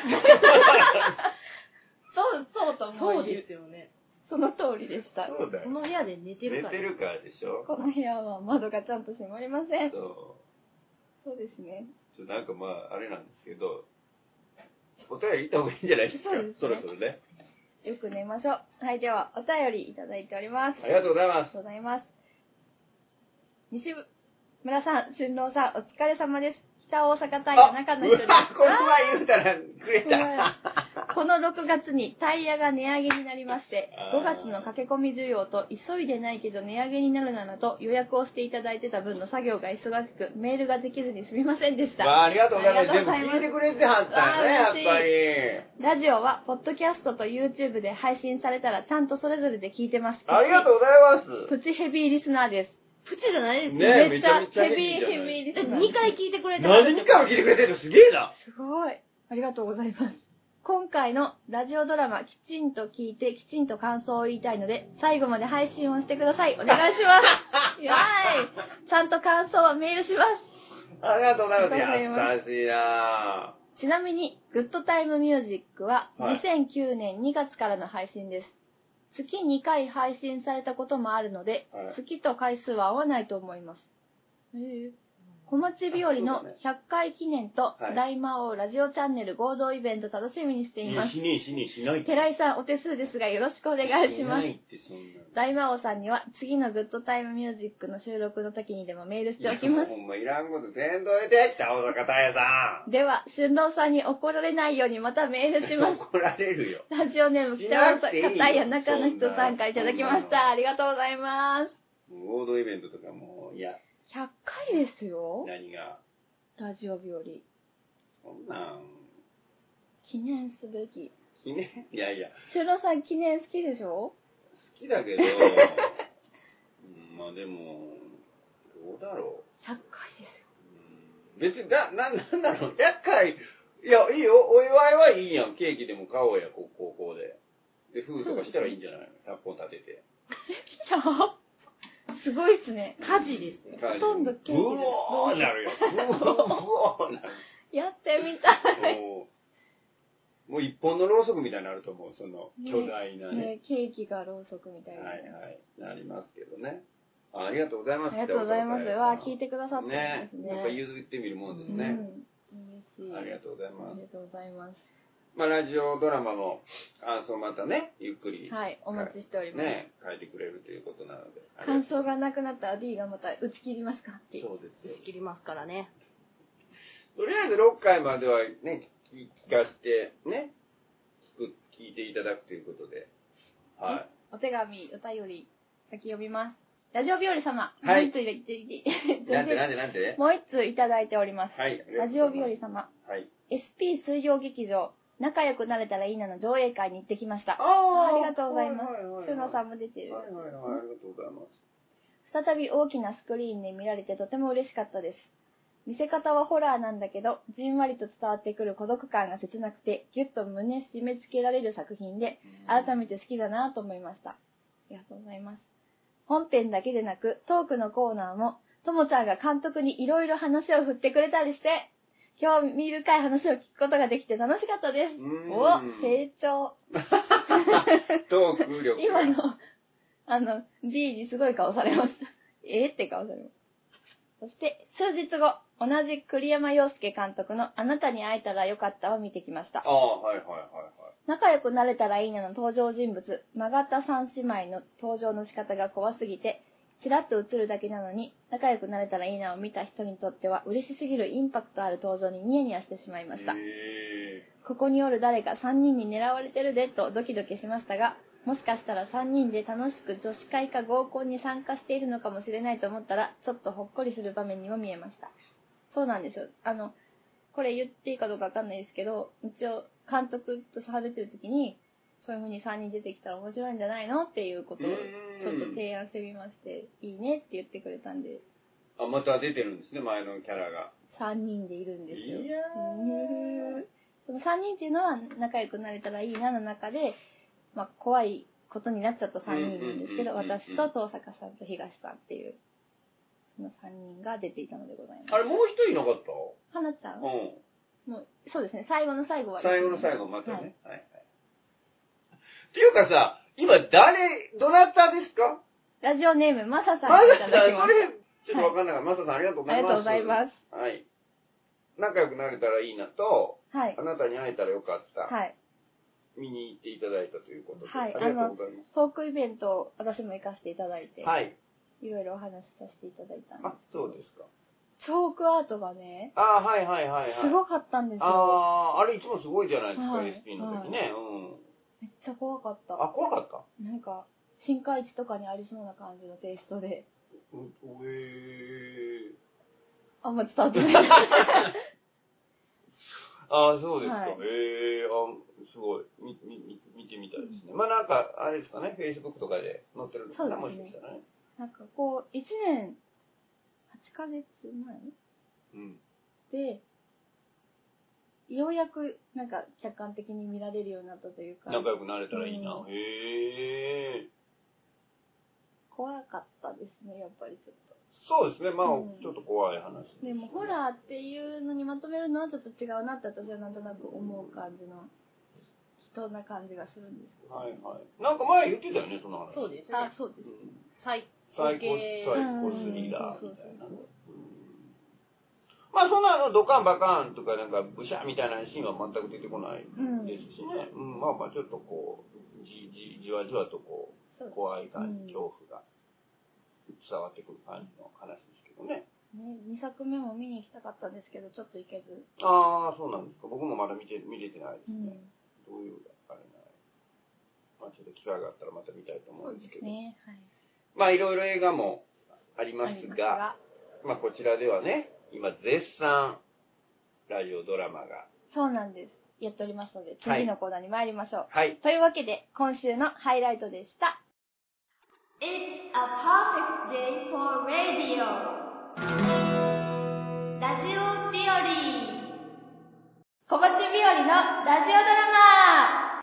そう、そうと思う。そうですよね。 その通りでした。 そうだよ。 この部屋で寝てるから。 寝てるからでしょ。 この部屋は窓がちゃんと閉まりません。 そう。 そうですね。 ちょなんかまあ、あれなんですけど、お便り行った方がいいんじゃないですか。そうですね。そろそろね。 よく寝ましょう。はい、では、お便りいただいております。 ありがとうございます。 ありがとうございます。西村さん、俊郎さん、お疲れ様です。北大阪対田中の人です。 この前言うたらくれた。 このろくがつにタイヤが値上げになりまして、ごがつの駆け込み需要と急いでないけど値上げになるならと予約をしていただいてた分の作業が忙しく、メールができずにすみませんでした。 あ、ありがとうございます。全部聞いてくれてはったよね、やっぱり。ラジオは、ポッドキャストと YouTube で配信されたらちゃんとそれぞれで聞いてます。 ありがとうございます。 プチヘビーリスナーです。 プチじゃないですね。 めっちゃヘビーヘビーリスナー。 にかい聞いてくれた。 なんでにかいも聞いてくれてるのすげえな。 すごい。ありがとうございます。今回のラジオドラマきちんと聞いてきちんと感想を言いたいので最後まで配信をしてください。お願いします。やーい。ちゃんと感想をメールします。 ありがとうございます。優しいなぁ。ちなみにグッドタイムミュージックはにせんきゅうねんにがつからの配信です。月にかい配信されたこともあるので、はい、月と回数は合わないと思います。へー。小町日和のひゃっかい記念と大魔王ラジオチャンネル合同イベント楽しみにしています。 しねえしねえしない。 寺井さんお手数ですがよろしくお願いします。大魔王さんには次のグッドタイムミュージックの収録の時にでもメールしておきます。 ほんまいらんこと全然出てきた大阪大さん。では俊郎さんに怒られないようにまたメールします。 怒られるよ。 ラジオネーム北大阪や中の人さんからいただきました。ありがとうございます。 合同イベントとかもういや。 ひゃっかいですよ。 何がラジオ日和。 そんなん。 記念すべき。 記念いやいや。 俊郎さん記念好きでしょ？ 好きだけど、うん、まあでも、どうだろう。 ひゃっかいですよ。 うん、別に、な、な、なんだろう、ひゃっかい、いや、いいよ、お祝いはいいやん。ケーキでも買おうや、高校で。で、封とかしたらいいんじゃないの？ひゃっぽん立てて。 ひゃっすごいっすね。 火事ですね。 ほとんどケーキです。 うおーなるよ。うおーなる。 やってみたい。 もう、もう一本のろうそくみたいになると思う。その巨大なね。 ね、ねケーキがろうそくみたいな。 はいはい。なりますけどね。ありがとうございます。 ありがとうございます。わ聞いてくださってますね。 ね。やっぱ譲ってみるもんですね。 うん。嬉しい。 ありがとうございます。 ありがとうございます。 まあ、ラジオドラマも感想またね、ゆっくり。 はい、お待ちしております。 ね、書いてくれるということなので。 感想がなくなったら D がまた打ち切りますか？ そうですよ。 打ち切りますからね。 とりあえずろっかいまではね、聞かせて、ね、聞く、聞いていただくということで。はい。 お手紙、お便り、先読みます。ラジオ日和様。 はい。 もう一ついただいて、 なんでなんでなんでもう一ついただいております。 はい。 ラジオ日和様。 はい。 エスピー 水曜劇場。仲良くなれたらいいなの上映会に行ってきました。 あ, ありがとうございます。俊郎さんも出てる。 はいはいはい、ありがとうございます。 再び大きなスクリーンで見られてとても嬉しかったです。見せ方はホラーなんだけど、じんわりと伝わってくる孤独感が切なくて、ぎゅっと胸締め付けられる作品で、改めて好きだなと思いました。ありがとうございます。本編だけでなく、トークのコーナーも、ともちゃんが監督にいろいろ話を振ってくれたりして、興味深い話を聞くことができて楽しかったです。お、成長。 トーク力。 今の、あの、D にすごい顔されました。えー、って顔されました。そして、数日後、同じ栗山陽介監督のあなたに会えたらよかったを見てきました。 ああ、はいはいはいはい。 仲良くなれたらいいなの登場人物、曲がった三姉妹の登場の仕方が怖すぎて、ちらっと映るだけなのに、仲良くなれたらいいなを見た人にとっては嬉しすぎるインパクトある登場にニヤニヤしてしまいました。ここにおる誰かさんにんに狙われてるでとドキドキしましたが、もしかしたらさんにんで楽しく女子会か合コンに参加しているのかもしれないと思ったら、ちょっとほっこりする場面にも見えました。そうなんですよ。あの、これ言っていいかどうかわかんないですけど、一応監督と喋ってる時に、そういう風にさんにん出てきたら面白いんじゃないのっていうことをちょっと提案してみまして、いいねって言ってくれたんで。 あ、また出てるんですね、前のキャラが。 さんにんでいるんですよ。 いやー。 そのさんにんっていうのは仲良くなれたらいいなの中で、まあ怖いことになっちゃったさんにんなんですけど、私と東坂さんと東さんっていう、そのさんにんが出ていたのでございます。 あれ、もう一人いなかった？ 花ちゃん？ うん。 もう、そうですね、最後の最後は、 ね。最後の最後またね。はい、はい、はい。っていうかさ、今誰、どなたですか？ ラジオネーム、マサさん。 マサさん、それ、ちょっとわかんないから、マサさんありがとうございます。 ありがとうございます。 はい。仲良くなれたらいいなと、 はい。 あなたに会えたらよかった。 はい。 見に行っていただいたということで。 はい。 ありがとうございます。 トークイベント、私も行かせていただいて。 はい。 いろいろお話しさせていただいたんです。 あ、そうですか。 チョークアートがね、 ああ、はいはいはいはい。 すごかったんですよ。 ああ、あれいつもすごいじゃないですか、 はい、 エスピー の時ね、はい。うん。 めっちゃ怖かった。 あ、怖かった？ なんか、新海地とかにありそうな感じのテイストで。 う、えー。 あんま伝わってない。 ああ、そうですか。 はい、 ええー、あ、すごい。み、み、見てみたいですね。うん、まあなんか、あれですかね、Facebook とかで載ってるのかな、もしかしたらね。 なんかこう、いちねんはちかげつまえ、うん、で、ようやくなんか客観的に見られるようになったというか。 仲良くなれたらいいな。うん、へえ。 怖かったですね、やっぱりちょっと。 そうですね、まあ、うん、ちょっと怖い話で、ね。でも、ホラーっていうのにまとめるのはちょっと違うなって私はなんとなく思う感じの人な感じがするんですけど。 はいはい。なんか前言ってたよね、その話。 そうですね。 あ、そうです。うん、 最高、最高スリラーみたいな。まあそんなのドカンバカンとかなんかブシャみたいなシーンは全く出てこないですしね。うん、うん、まあまあちょっとこう、じ、じ、じわじわとこう、怖い感じ、恐怖が伝わってくる感じの話ですけどね。 ね、にさくめも見に行きたかったんですけど、ちょっと行けず。 ああ、そうなんですか。僕もまだ見て、見れてないですね。うん、どういうあれなまあちょっと機会があったらまた見たいと思うんですけど。 ね、はい。 まあいろいろ映画もありますが、まあこちらではね、今絶賛ラジオドラマがそうなんですやっておりますので、次のコーナーに参りましょう。 はい。 というわけで今週のハイライトでした。It's a perfect day for radio. ラジオ日和。小鉢日和のラジオドラマ。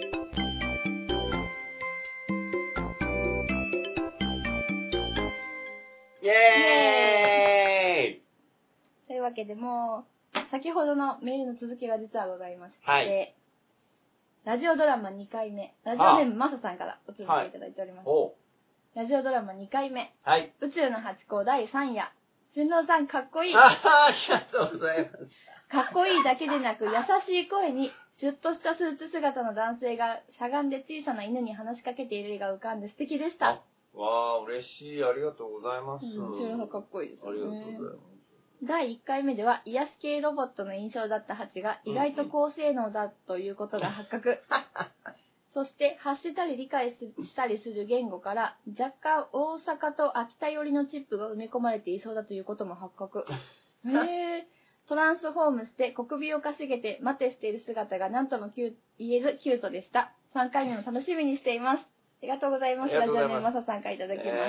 イエーイ。 というわけでもう先ほどのメールの続きが実はございまして、 はい、 ラジオドラマにかいめ、ラジオネームマサさんからお続きいただいております。はい、ラジオドラマにかいめ、 はい、 宇宙の八校だいさん夜、俊郎さんかっこいい。 あありがとうございます。 かっこいいだけでなく優しい声に、シュッとしたスーツ姿の男性がしゃがんで小さな犬に話しかけている絵が浮かんで素敵でした。 わあ、嬉しい。ありがとうございます。 俊郎さんかっこいいですよね。 ありがとうございます。 だいいっかいめでは癒し系ロボットの印象だったハチが意外と高性能だということが発覚。そして発したり理解したりする言語から若干大阪と秋田寄りのチップが埋め込まれていそうだということも発覚。へー。トランスフォームして小首をかしげて待てしている姿が何とも言えずキュートでした。さんかいめも楽しみにしています。ありがとうございます。ラジオネームマサさんからいただきました。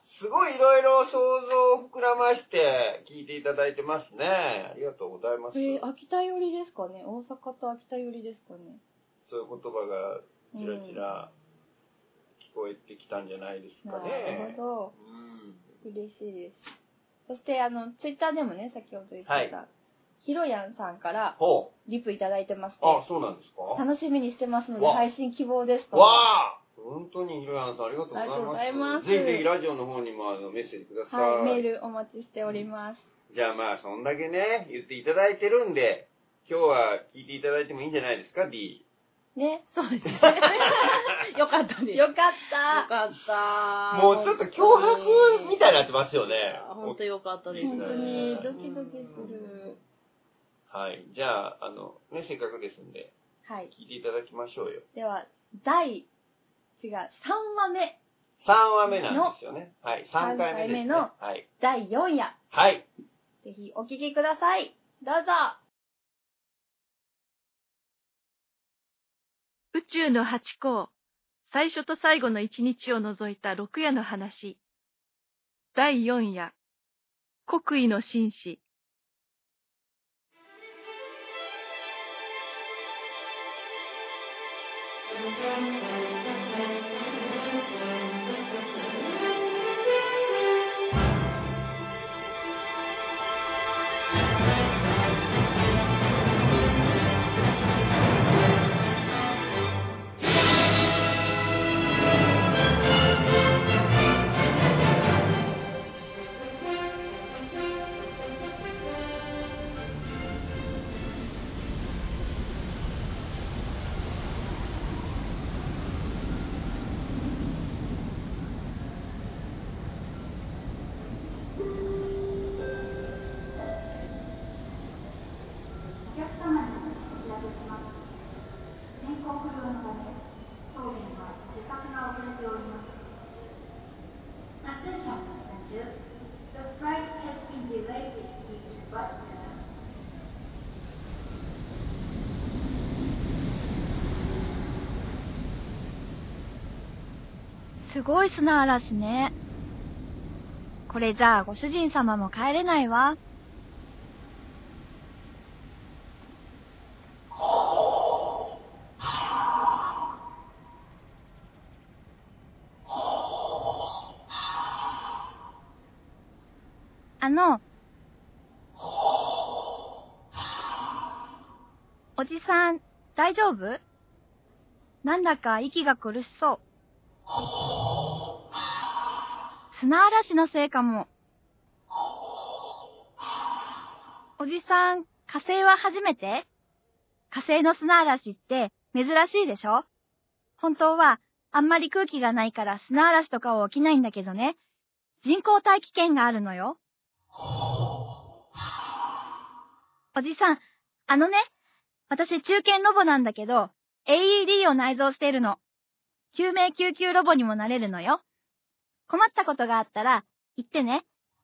えー、すごいいろいろ想像を膨らまして聞いていただいてますね。ありがとうございます。 えー、秋田寄りですかね。大阪と秋田寄りですかね。 そういう言葉がちらちら聞こえてきたんじゃないですかね。 なるほど。うん、嬉しいです。そしてあのツイッターでもね、先ほど言ってた、はい、ひろやんさんからリプいただいてまして。 あ、そうなんですか。 楽しみにしてますので配信希望ですと。 わあ。本当にひろやんさんありがとうございます。 ありがとうございます。 ぜひぜひラジオの方にもあのメッセージください。 はい、メールお待ちしております。 じゃあまあそんだけね言っていただいてるんで、今日は聞いていただいてもいいんじゃないですか D。 ね、 そうですね。よかったです。 よかった。 よかった。 もうちょっと脅迫みたいになってますよね。 本当よかったです。 本当にドキドキする。 はい、じゃああのねせっかくですんで、はい、聞いていただきましょうよ。 では第違う、さんわめ。 さんわめなんですよね。はい。さんかいめですね。 さんかいめのだいよん夜。 はい。 ぜひお聞きください。どうぞ。 宇宙の八校、最初と最後の一日を除いた六夜の話。だいよん夜、国威の紳士。 すごい砂嵐ね。これじゃあご主人様も帰れないわ。あの、おじさん、大丈夫？なんだか息が苦しそう。砂嵐のせいかも。おじさん、火星は初めて？火星の砂嵐って珍しいでしょ？本当はあんまり空気がないから砂嵐とかは起きないんだけどね。人工大気圏があるのよ。おじさん、あのね、私中堅ロボなんだけど、エーイーディー を内蔵しているの。救命救急ロボにもなれるのよ。困ったことがあったら言ってね。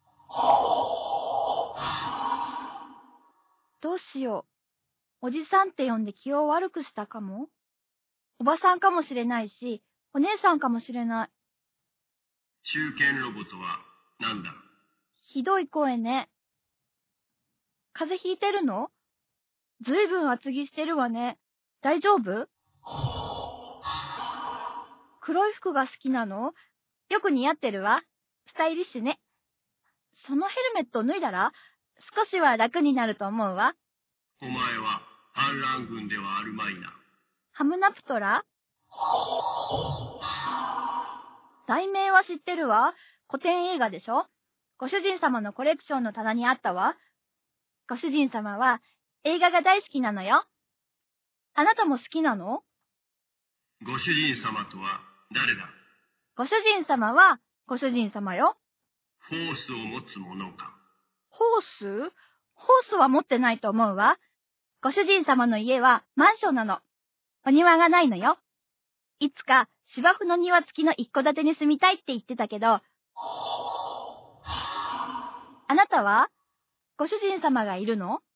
どうしよう。おじさんって呼んで気を悪くしたかも？おばさんかもしれないし、お姉さんかもしれない。 中堅ロボとは何だ？ ひどい声ね。風邪ひいてるの？ずいぶん厚着してるわね。大丈夫？黒い服が好きなの？よく似合ってるわ。スタイリッシュね。そのヘルメット脱いだら少しは楽になると思うわ。 お前は反乱軍ではあるまいな。 ハムナプトラ？題名は知ってるわ。古典映画でしょ？ご主人様のコレクションの棚にあったわ。ご主人様は映画が大好きなのよ。あなたも好きなの？ ご主人様とは誰だ？ ご主人様はご主人様よ。 ホースを持つ者か。 ホース？ホースは持ってないと思うわ。ご主人様の家はマンションなの。お庭がないのよ。いつか芝生の庭付きの一戸建てに住みたいって言ってたけど。あなたはご主人様がいるの？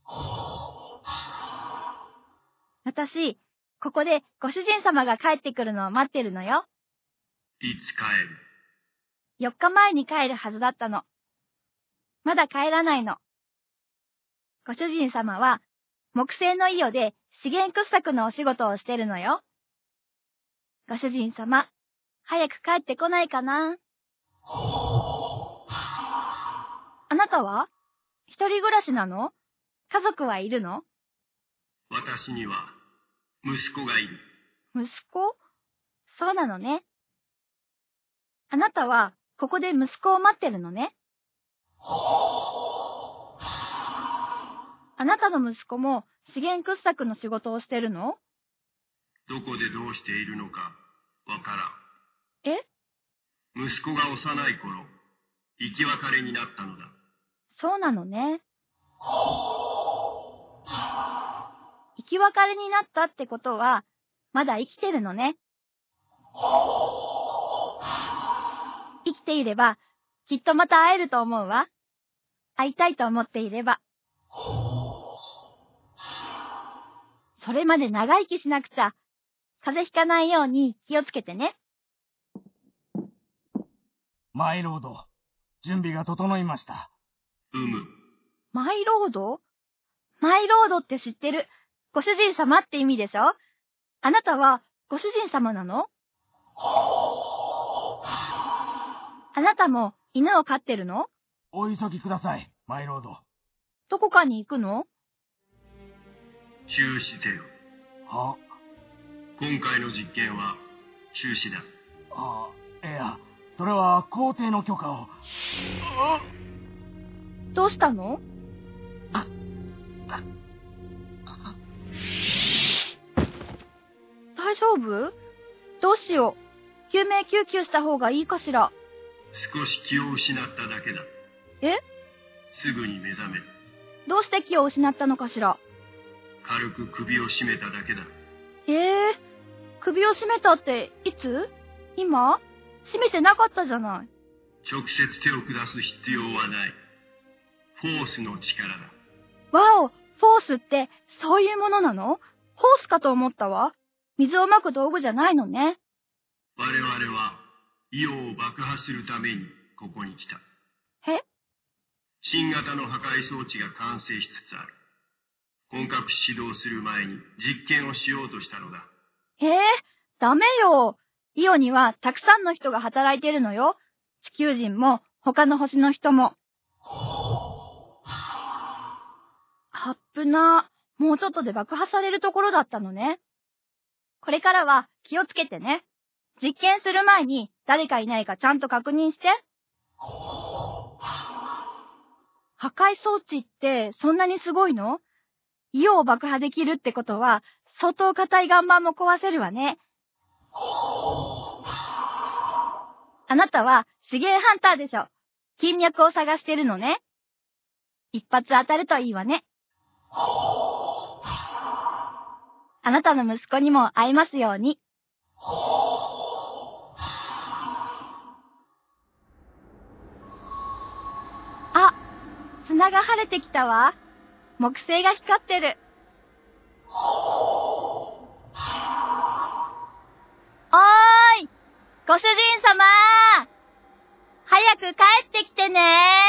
私、ここでご主人様が帰ってくるのを待ってるのよ。 いつ帰る？ よっかまえに帰るはずだったの。まだ帰らないの。ご主人様は木製の伊予で資源掘削のお仕事をしてるのよ。ご主人様、早く帰ってこないかな？あなたは一人暮らしなの？家族はいるの？ 私には息子がいる。 息子？そうなのね。あなたはここで息子を待ってるのね。あなたの息子も資源掘削の仕事をしてるの？ どこでどうしているのかわからん。 ん。 え？ 息子が幼い頃、生き別れになったのだ。 そうなのね。生き別れになったってことは、まだ生きてるのね。生きていれば、きっとまた会えると思うわ。会いたいと思っていれば。それまで長生きしなくちゃ。風邪ひかないように気をつけてね。 マイロード、準備が整いました。 うむ。 マイロード？マイロードって知ってる。ご主人様って意味でしょ？あなたはご主人様なの？あなたも犬を飼ってるの？ お急ぎください、マイロード。 どこかに行くの？ 中止せよ。 は？ 今回の実験は中止だ。 あ、いや、それは皇帝の許可を。 どうしたの？大丈夫？どうしよう。救命救急した方がいいかしら。 少し気を失っただけだ。 え？ すぐに目覚める。 どうして気を失ったのかしら。 軽く首を絞めただけだ。 ええー、首を絞めたっていつ？今？絞めてなかったじゃない。 直接手を下す必要はない。フォースの力だ。 わお、フォースってそういうものなの？ホースかと思ったわ。水をまく道具じゃないのね。 我々はイオを爆破するためにここに来た。 え？ 新型の破壊装置が完成しつつある。本格始動する前に実験をしようとしたのだ。 えー、ダメよ。イオにはたくさんの人が働いてるのよ。地球人も他の星の人も。はっぶな。もうちょっとで爆破されるところだったのね。これからは気をつけてね。実験する前に誰かいないかちゃんと確認して。破壊装置ってそんなにすごいの？イオを爆破できるってことは相当硬い岩盤も壊せるわね。あなたは資源ハンターでしょ。金脈を探してるのね。一発当たるといいわね。あなたの息子にも会えますように。あ、砂が晴れてきたわ。木星が光ってる。おーい、ご主人様、早く帰ってきてね。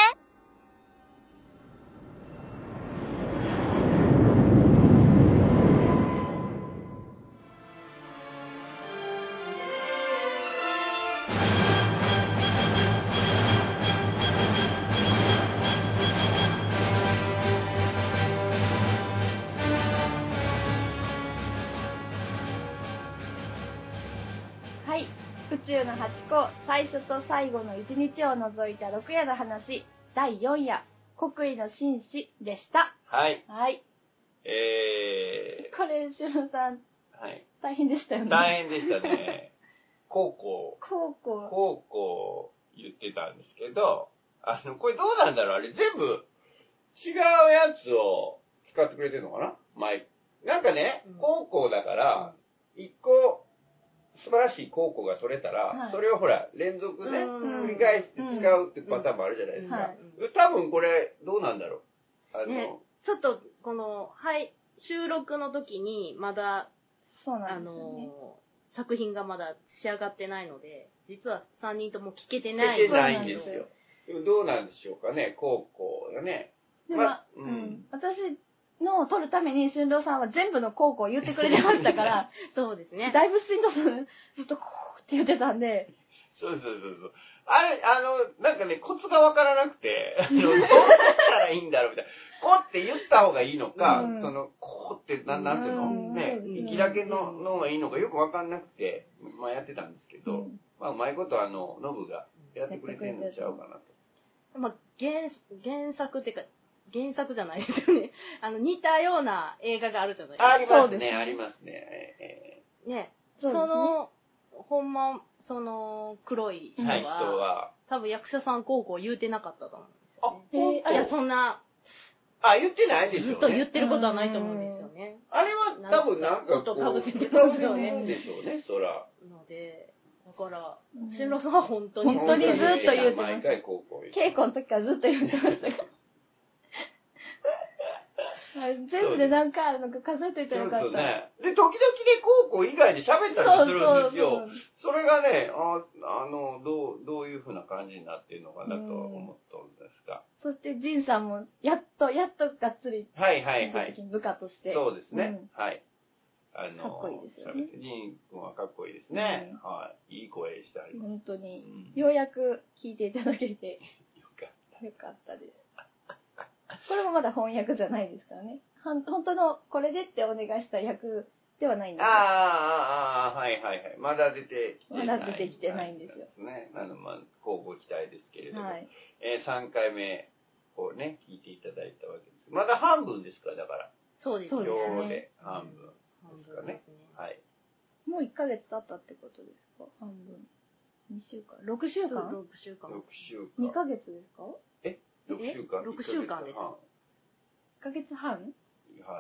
はい、宇宙のはちこ、最初と最後の一日を除いたろく夜の話、だいよん夜、国威の紳士でした。 はい。 はい。 えー。 これ、しゅんさん、 はい。 大変でしたよね。 大変でしたね。高校。 高校。 高校言ってたんですけど、あの、これどうなんだろうあれ全部違うやつを使ってくれてるのかなマイク。なんかね、うん、高校だから、一個、素晴らしい高校が取れたら、はい、それをほら、連続で繰り返して使うってパターンもあるじゃないですか。多分これ、どうなんだろう。あの、 ね、ちょっと、この、はい、収録の時に、まだ、 そうなんですよね、 あの、作品がまだ仕上がってないので、実はさんにんとも聞けてない。 聞けてないんですよ。どうなんでしょうかね、高校がね。 でも、まうん、私のを取るために、俊郎さんは全部の高校を言ってくれてましたから、 そうですね。 だいぶしんどく、ずっとこうって言ってたんで。 そうそうそうそう。あれ、あの、なんかね、コツがわからなくて、あの、どうしたらいいんだろうみたいな。こうって言った方がいいのか、うん、その、こうって、ななんていうの、うん、ね、息だけののがいいのかよくわかんなくて、まあやってたんですけど、うん、まあうまいことあの、ノブがやってくれてんのちゃうかなと。 まあ、原、原作っていうか、原作じゃないですよね。あの、似たような映画があるじゃないですか。 ありますね、ありますね。 えー、ね、その、ほんま、その、黒い人は、はい、人は多分役者さん高校言うてなかったと思うんですよね。あ、いや、そんな、 あ、言ってないでしょうね。 ずっと言ってることはないと思うんですよね。 あれは多分なんかこう、 かぶせてるんでしょうね。でしょうね、そら。 ので、だから、新郎さんは本当に。 本当にずっと言ってました。 毎回高校稽古の時からずっと言ってましたから。全部で何回あるのか数えといてよかった。そうね。で、時々ね、高校以外で喋ったりするんですよ。それがね、ああの、どう、どういうふうな感じになっているのかなと思ったんですが。 そして、ジンさんも、やっと、やっとがっつり。 はいはいはい。 部下として。 そうですね。うん、はい。 あの、かっこいいですよね。 ジン君はかっこいいですね。うん、はい。いい声してあります。 本当に、うん。ようやく聞いていただけて。よかった。 よかったです。これもまだ翻訳じゃないですからね。本当のこれでってお願いした役ではないんですよ。 ああ、はいはいはい。まだ出てきてない。 まだ出てきてないんですよ。 ですね。あの、まあ、交互期待ですけれども。はい、えー、さんかいめをね、聞いていただいたわけです。まだ半分ですか、だから。 そうですね。 今日で半分ですかね。うん、はい。 もういっかげつ経ったってことですか、半分。にしゅうかん。ろくしゅうかん ?ろく週間。 ろくしゅうかん。 にかげつですかえ ?ろく 週間。 ろくしゅうかんです。いっかげつはんはい。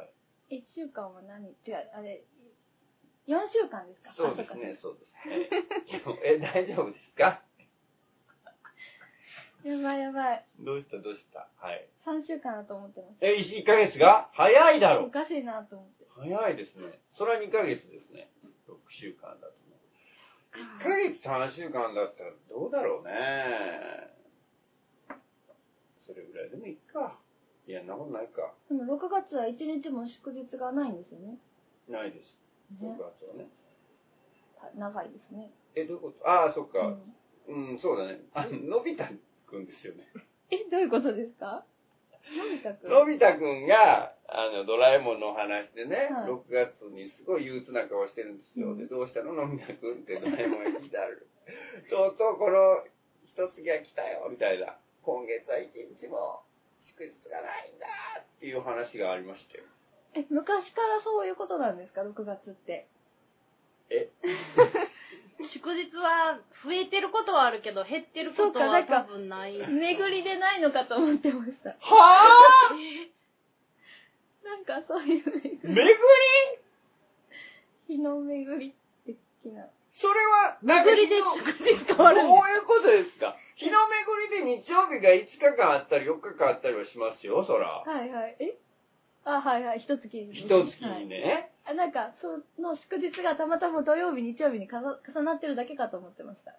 いっしゅうかんは何違う、あれ、よんしゅうかんですか？ そうですね、そうですね。え、大丈夫ですか？ やばいやばい。 どうしたどうしたはい。 さんしゅうかんだと思ってます。 え、いっかげつが早いだろ。 おかしいなと思って。 早いですね。それはにかげつですね。ろくしゅうかんだとね。いっかげつさんしゅうかんだったらどうだろうね。それぐらいでもいいか。いや、そんなことないか。 でもろくがつはいちにちも祝日がないんですよね。 ないです。ろくがつはね。 長いですね。 え、どういうこと？ああ、そっか。うん、うん、そうだね。あの、のび太くんですよね。 え、どういうことですか？のび太くん。 のび太くんが、あの、ドラえもんの話でね、はい、ろくがつにすごい憂鬱な顔してるんですよ。うん、で、どうしたののび太くんってドラえもんが聞いてある。そうそう、この一月が来たよ、みたいな。今月は一日も祝日がないんだっていう話がありましたよ。 え、昔からそういうことなんですか、ろくがつって。 え祝日は増えてることはあるけど、減ってることは多分ない。 巡りでないのかと思ってました。 はぁなんかそういう巡り巡り日の巡り的な。 それは、 巡りで祝日変わるんですか？ どういうことですか？日の巡りで日曜日がいつかかんあったりよっかかんあったりはしますよ、そら。 はいはい。えあ、はいはい。一月に。 一月にね。 はい、あ、なんか、その祝日がたまたま土曜日、日曜日に重なってるだけかと思ってました。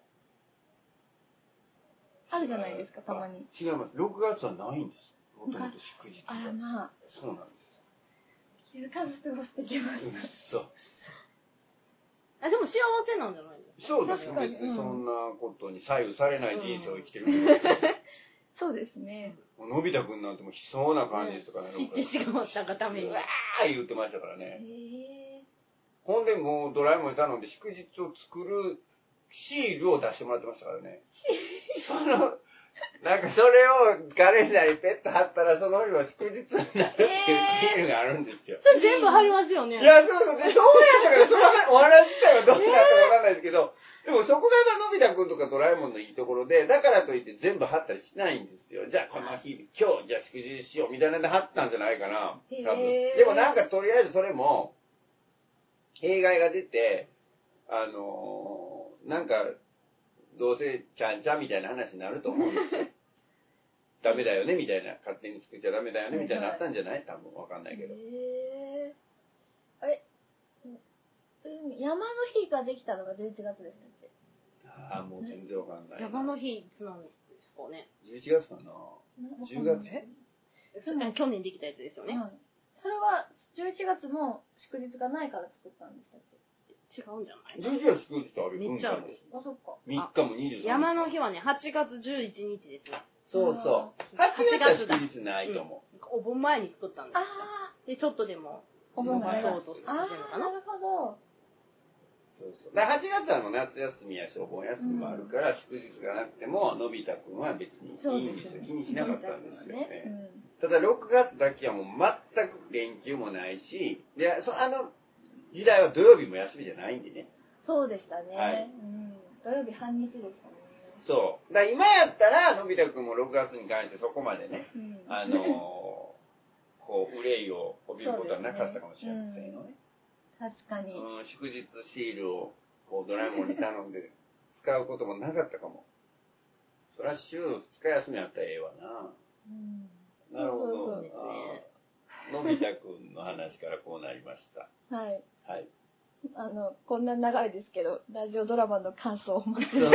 あるじゃないですか、たまに。 違います。ろくがつはないんです。もともと祝日が。 あらまあ。 そうなんです。 気づかず過ごしてきました。 そう。 あ、でも幸せなんじゃないですか？そうですね。別にそんなことに左右されない人生を生きてる。うんそうですね。 のび太くんなんてもう悲壮な感じですからね。 知ってしまったがために。 うわー言ってましたからね。へほんでもうドラえもんに頼んで祝日を作るシールを出してもらってましたからね。その、なんかそれをカレンダーにペット貼ったらその日は祝日になるっていうシールがあるんですよ。 それ全部貼りますよね。 いや、そうそう。で、そうやったから、そのお話自体はどうなったかわかんないですけど、でもそこがのび太くんとかドラえもんのいいところで、だからといって全部貼ったりしないんですよ。じゃあこの日、今日、じゃあ祝日しようみたいなんで貼ったんじゃないかな。多分。でもなんかとりあえずそれも、弊害が出て、あのー、なんか、どうせちゃんちゃんみたいな話になると思うんですよ。ダメだよねみたいな、勝手に作っちゃダメだよねみたいになったんじゃない？多分わかんないけど。 へー。あれ山の日ができたのがじゅういちがつでしたっけ？ ああ、もう全然わかんない。 山の日いつなんですかね。 じゅういちがつかな。じゅうがつ。 え？去年できたやつですよね。 はい。それはじゅういちがつも祝日がないから作ったんでしたっけ？ 違うんじゃない？ じゅういちがつ祝日あるよ。 めっちゃある。 あ、そっか。 みっかもにじゅうさんにち。 山の日はね、はちがつじゅういちにちですね。 そうそう。はちがつは祝日ないと思う。 お盆前に作ったんですよ。 ああ。 で、ちょっとでも、 お盆がそうとしてるのかな。 なるほど。 そうそう。だからはちがつはもう夏休みやし、お盆休みもあるから、祝日がなくても、のび太くんは別にいいんですよ。気にしなかったんですよね。ただろくがつだけはもう全く連休もないし、で、そあの時代は土曜日も休みじゃないんでね。 そうでしたね。 はい、 うん、土曜日半日でしたね。 そう。だから今やったら、のび太くんもろくがつに関してそこまでね、うん、あのー、こう、憂いを帯びることはなかったかもしれませんよね。 確かに。 うん、祝日シールをこうドラえもんに頼んで使うこともなかったかも。そりゃ週ふつか休みあったらええわな。うん、なるほど。そうですね。のび太くんの話からこうなりました。 はい。 はい。 あの、こんな流れですけど、ラジオドラマの感想を待ってます。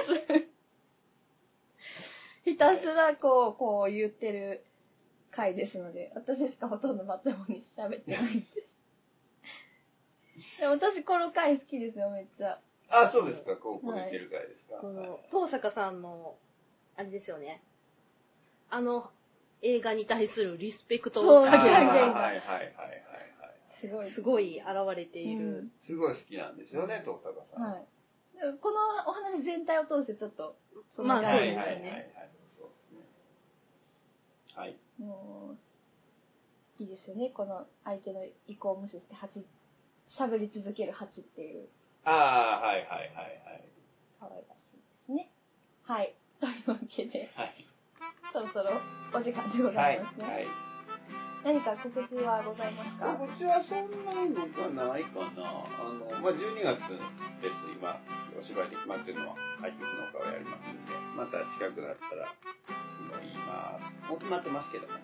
ひたすらこう、こう言ってる回ですので、私しかほとんどまともに喋ってないんです。でも私この回好きですよ、めっちゃ。 あ、そうですか。こう、こう言ってる回ですか。 この、東坂さんの、あれですよね。あの、映画に対するリスペクトをかける。 はいはいはいはい。 すごい、すごい現れている、うん。 すごい好きなんですよね、東坂さん。はい。 このお話全体を通してちょっと、 そんな感じですね。 はいはいはいはい。そうですね。はい。 もう、いいですよね、この相手の意向を無視してはち、喋り続けるはちっていう。 ああ、はいはいはいはい。 可愛らしいですね。はい。というわけで、はい、そろそろお時間でございますね。はい。はい何か告知はございますか？ 告知はそんなに僕はないかな。あの、まあ、じゅうにがつです、今、お芝居で決まってるのは、俳句の丘をやりますんで、 また近くなったらもう言います。もう決まってますけども、はい、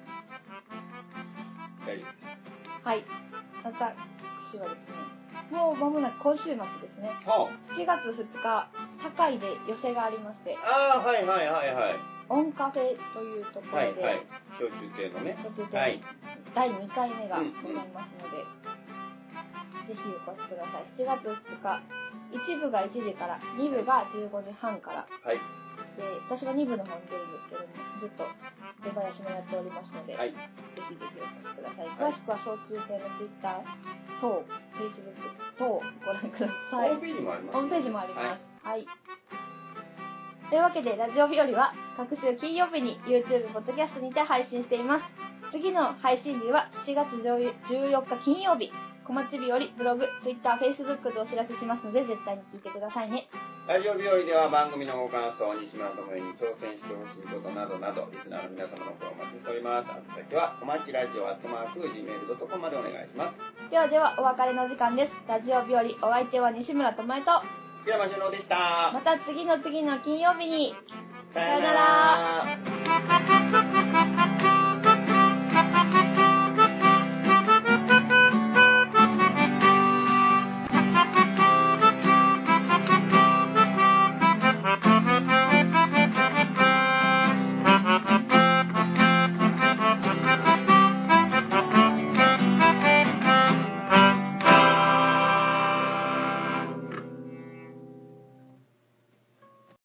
大丈夫です。 はい。私はですね、もう間もなく今週末ですね。 はあ、 しちがつふつか、堺で寄席がありまして。 ああ、はいはいはいはい。 オンカフェというところで、 はいはい、小中亭のね、 小中亭、 はい、 だいにかいめがございますので、 うんうん、 ぜひお越しください。しちがつふつか、いち部がいちじから、に部がじゅうごじはんから。はい。で、私はに部の方に出るんですけども、ずっと出囃子もやっておりますので、はい、ぜひぜひお越しください。詳しくは小中亭のツイッター等、フェイスブック等をご覧ください。 ホームページもあります。 ホームページもあります。はい。はい、というわけで、ラジオ日和は各週金曜日に YouTube、ポッドキャストにて配信しています。次の配信日はしちがつじゅうよっか金曜日、小町日和、ブログ、Twitter、Facebook でお知らせしますので、絶対に聞いてくださいね。 ラジオ日和では番組のご感想、西村智也に挑戦してほしいことなどなど、リスナーの皆様の声をお待ちしております。あと先は、小町ラジオアットマーク、ジーメールドットコム までお願いします。 ではでは、お別れの時間です。ラジオ日和、お相手は西村智也と、 平間俊郎でした。 また次の次の金曜日に、さよなら。